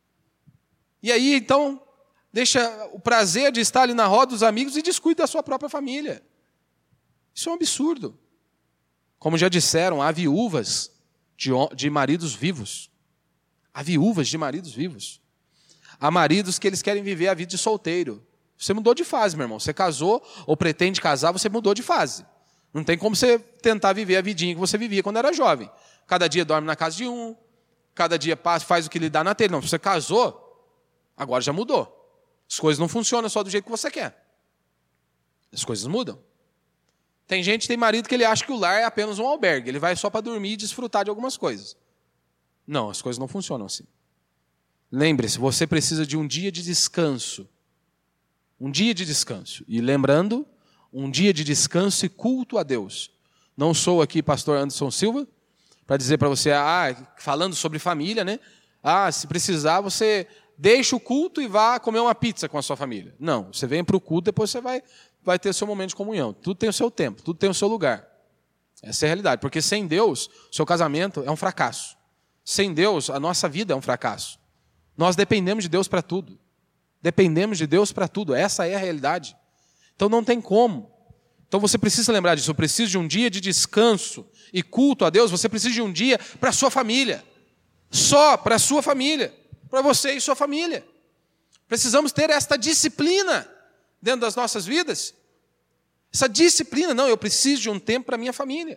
E aí, então, deixa o prazer de estar ali na roda dos amigos e descuida da sua própria família. Isso é um absurdo. Como já disseram, há viúvas de maridos vivos. Há viúvas de maridos vivos. Há maridos que eles querem viver a vida de solteiro. Você mudou de fase, meu irmão. Você casou ou pretende casar, você mudou de fase. Não tem como você tentar viver a vidinha que você vivia quando era jovem. Cada dia dorme na casa de um, cada dia faz o que lhe dá na telha. Não, você casou, agora já mudou. As coisas não funcionam só do jeito que você quer. As coisas mudam. Tem gente, tem marido que ele acha que o lar é apenas um albergue. Ele vai só para dormir e desfrutar de algumas coisas. Não, as coisas não funcionam assim. Lembre-se, você precisa de um dia de descanso. Um dia de descanso. E lembrando, um dia de descanso e culto a Deus. Não sou aqui pastor Anderson Silva para dizer para você, falando sobre família, né? Se precisar, você deixa o culto e vá comer uma pizza com a sua família. Não, você vem para o culto, depois você vai ter seu momento de comunhão. Tudo tem o seu tempo, tudo tem o seu lugar. Essa é a realidade. Porque sem Deus, o seu casamento é um fracasso. Sem Deus, a nossa vida é um fracasso. Nós dependemos de Deus para tudo. Dependemos de Deus para tudo. Essa é a realidade. Então não tem como. Então você precisa lembrar disso. Eu preciso de um dia de descanso e culto a Deus. Você precisa de um dia para a sua família. Só para a sua família. Para você e sua família. Precisamos ter esta disciplina dentro das nossas vidas. Essa disciplina. Não, eu preciso de um tempo para a minha família.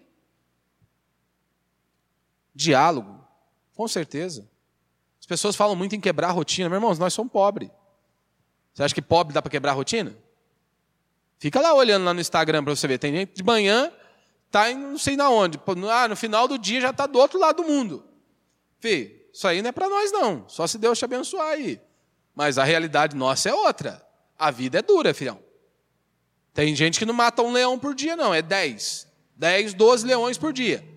Diálogo. Com certeza. As pessoas falam muito em quebrar a rotina. Meus irmãos, nós somos pobres. Você acha que pobre dá para quebrar a rotina? Fica lá olhando lá no Instagram para você ver. Tem gente de manhã, está em não sei na onde. No final do dia já está do outro lado do mundo. Fih, isso aí não é para nós não. Só se Deus te abençoar aí. Mas a realidade nossa é outra. A vida é dura, filhão. Tem gente que não mata um leão por dia, não. É 10, 12 leões por dia.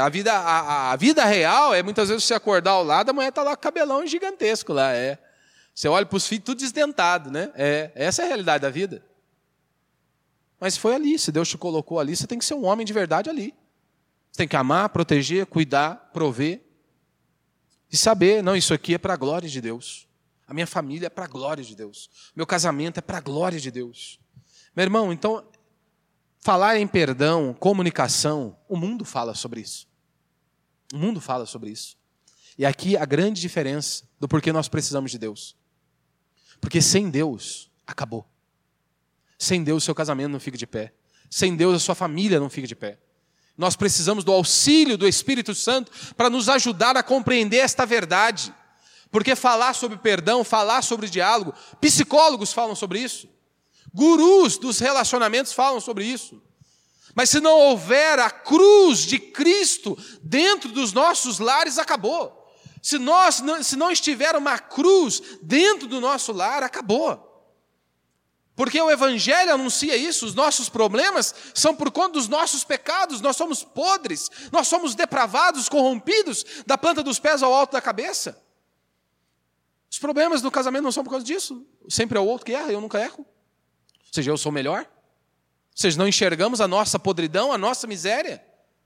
A vida real é muitas vezes você acordar ao lado, a mulher está lá com o cabelão gigantesco lá. Você olha para os filhos tudo desdentado, né? Essa é a realidade da vida. Mas foi ali, se Deus te colocou ali, você tem que ser um homem de verdade ali. Você tem que amar, proteger, cuidar, prover. E saber, não, isso aqui é para a glória de Deus. A minha família é para a glória de Deus. Meu casamento é para a glória de Deus. Meu irmão, então, falar em perdão, comunicação, o mundo fala sobre isso. O mundo fala sobre isso. E aqui a grande diferença do porquê nós precisamos de Deus. Porque sem Deus, acabou. Sem Deus, o seu casamento não fica de pé. Sem Deus, a sua família não fica de pé. Nós precisamos do auxílio do Espírito Santo para nos ajudar a compreender esta verdade. Porque falar sobre perdão, falar sobre diálogo, psicólogos falam sobre isso. Gurus dos relacionamentos falam sobre isso. Mas se não houver a cruz de Cristo dentro dos nossos lares, acabou. Se não estiver uma cruz dentro do nosso lar, acabou. Porque o Evangelho anuncia isso, os nossos problemas são por conta dos nossos pecados, nós somos podres, nós somos depravados, corrompidos, da planta dos pés ao alto da cabeça. Os problemas do casamento não são por causa disso. Sempre é o outro que erra, eu nunca erro. Ou seja, eu sou melhor. Ou seja, não enxergamos a nossa podridão, a nossa miséria.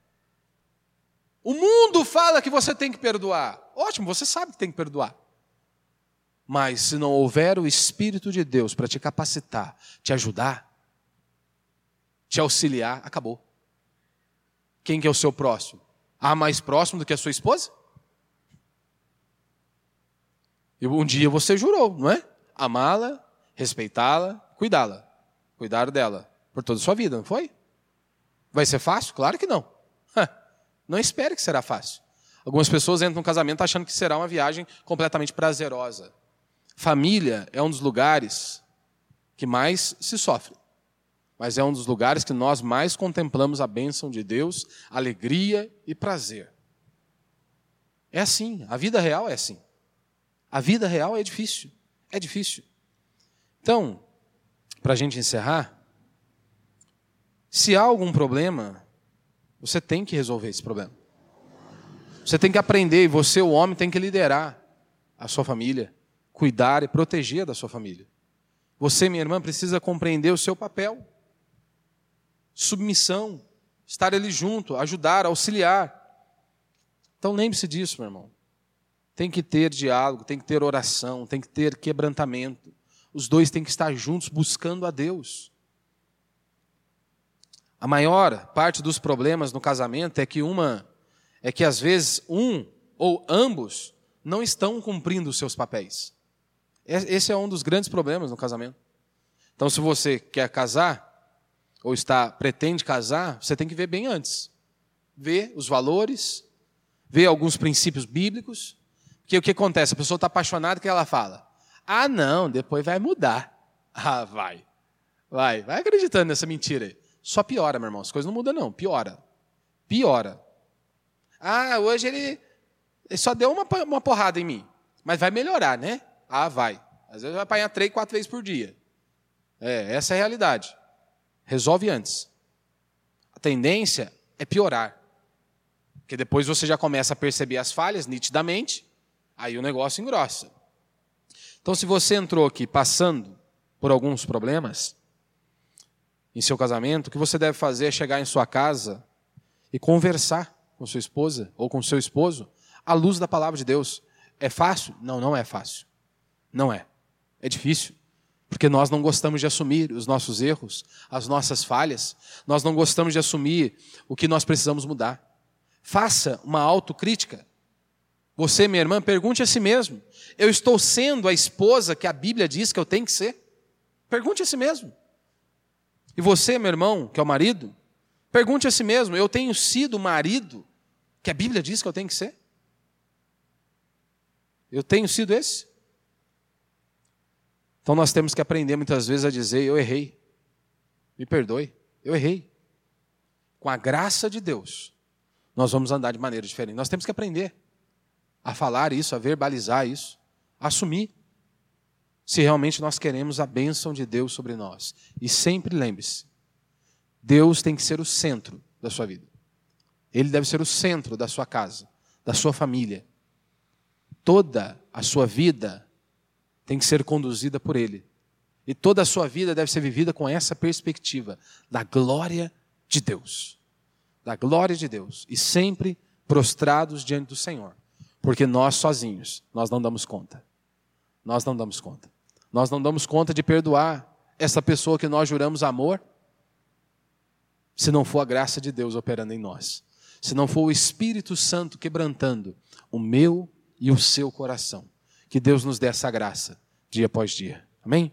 O mundo fala que você tem que perdoar. Ótimo, você sabe que tem que perdoar. Mas se não houver o Espírito de Deus para te capacitar, te ajudar, te auxiliar, acabou. Quem que é o seu próximo? Há mais próximo do que a sua esposa? E um dia você jurou, não é? Amá-la, respeitá-la, cuidá-la. Cuidar dela por toda a sua vida, não foi? Vai ser fácil? Claro que não. Não espere que será fácil. Algumas pessoas entram no casamento achando que será uma viagem completamente prazerosa. Família é um dos lugares que mais se sofre. Mas é um dos lugares que nós mais contemplamos a bênção de Deus, alegria e prazer. É assim, a vida real é assim. A vida real é difícil. É difícil. Então, para a gente encerrar, se há algum problema, você tem que resolver esse problema. Você tem que aprender, e você, o homem, tem que liderar a sua família, cuidar e proteger da sua família. Você, minha irmã, precisa compreender o seu papel. Submissão, estar ali junto, ajudar, auxiliar. Então lembre-se disso, meu irmão. Tem que ter diálogo, tem que ter oração, tem que ter quebrantamento. Os dois têm que estar juntos buscando a Deus. A maior parte dos problemas no casamento é que às vezes um ou ambos não estão cumprindo os seus papéis. Esse é um dos grandes problemas no casamento. Então, se você quer casar ou pretende casar, você tem que ver bem antes. Ver os valores, ver alguns princípios bíblicos. Porque o que acontece? A pessoa está apaixonada, o que ela fala? Ah, não, depois vai mudar. Ah, vai acreditando nessa mentira aí. Só piora, meu irmão. As coisas não mudam, não. Piora. Ah, hoje ele só deu uma porrada em mim. Mas vai melhorar, né? Ah, vai. Às vezes vai apanhar 3, 4 vezes por dia. Essa é a realidade. Resolve antes. A tendência é piorar. Porque depois você já começa a perceber as falhas nitidamente, aí o negócio engrossa. Então, se você entrou aqui passando por alguns problemas em seu casamento, o que você deve fazer é chegar em sua casa e conversar com sua esposa ou com seu esposo à luz da palavra de Deus. É fácil? Não, não é fácil. Não é. É difícil. Porque nós não gostamos de assumir os nossos erros, as nossas falhas. Nós não gostamos de assumir o que nós precisamos mudar. Faça uma autocrítica. Você, minha irmã, pergunte a si mesmo. Eu estou sendo a esposa que a Bíblia diz que eu tenho que ser? Pergunte a si mesmo. E você, meu irmão, que é o marido, pergunte a si mesmo. Eu tenho sido o marido que a Bíblia diz que eu tenho que ser? Eu tenho sido esse? Então nós temos que aprender muitas vezes a dizer, eu errei. Me perdoe, eu errei. Com a graça de Deus, nós vamos andar de maneira diferente. Nós temos que aprender a falar isso, a verbalizar isso, a assumir. Se realmente nós queremos a bênção de Deus sobre nós. E sempre lembre-se, Deus tem que ser o centro da sua vida. Ele deve ser o centro da sua casa, da sua família. Toda a sua vida tem que ser conduzida por Ele. E toda a sua vida deve ser vivida com essa perspectiva da glória de Deus. Da glória de Deus. E sempre prostrados diante do Senhor. Porque nós sozinhos, nós não damos conta. Nós não damos conta. Nós não damos conta de perdoar essa pessoa que nós juramos amor, se não for a graça de Deus operando em nós. Se não for o Espírito Santo quebrantando o meu e o seu coração. Que Deus nos dê essa graça, dia após dia. Amém?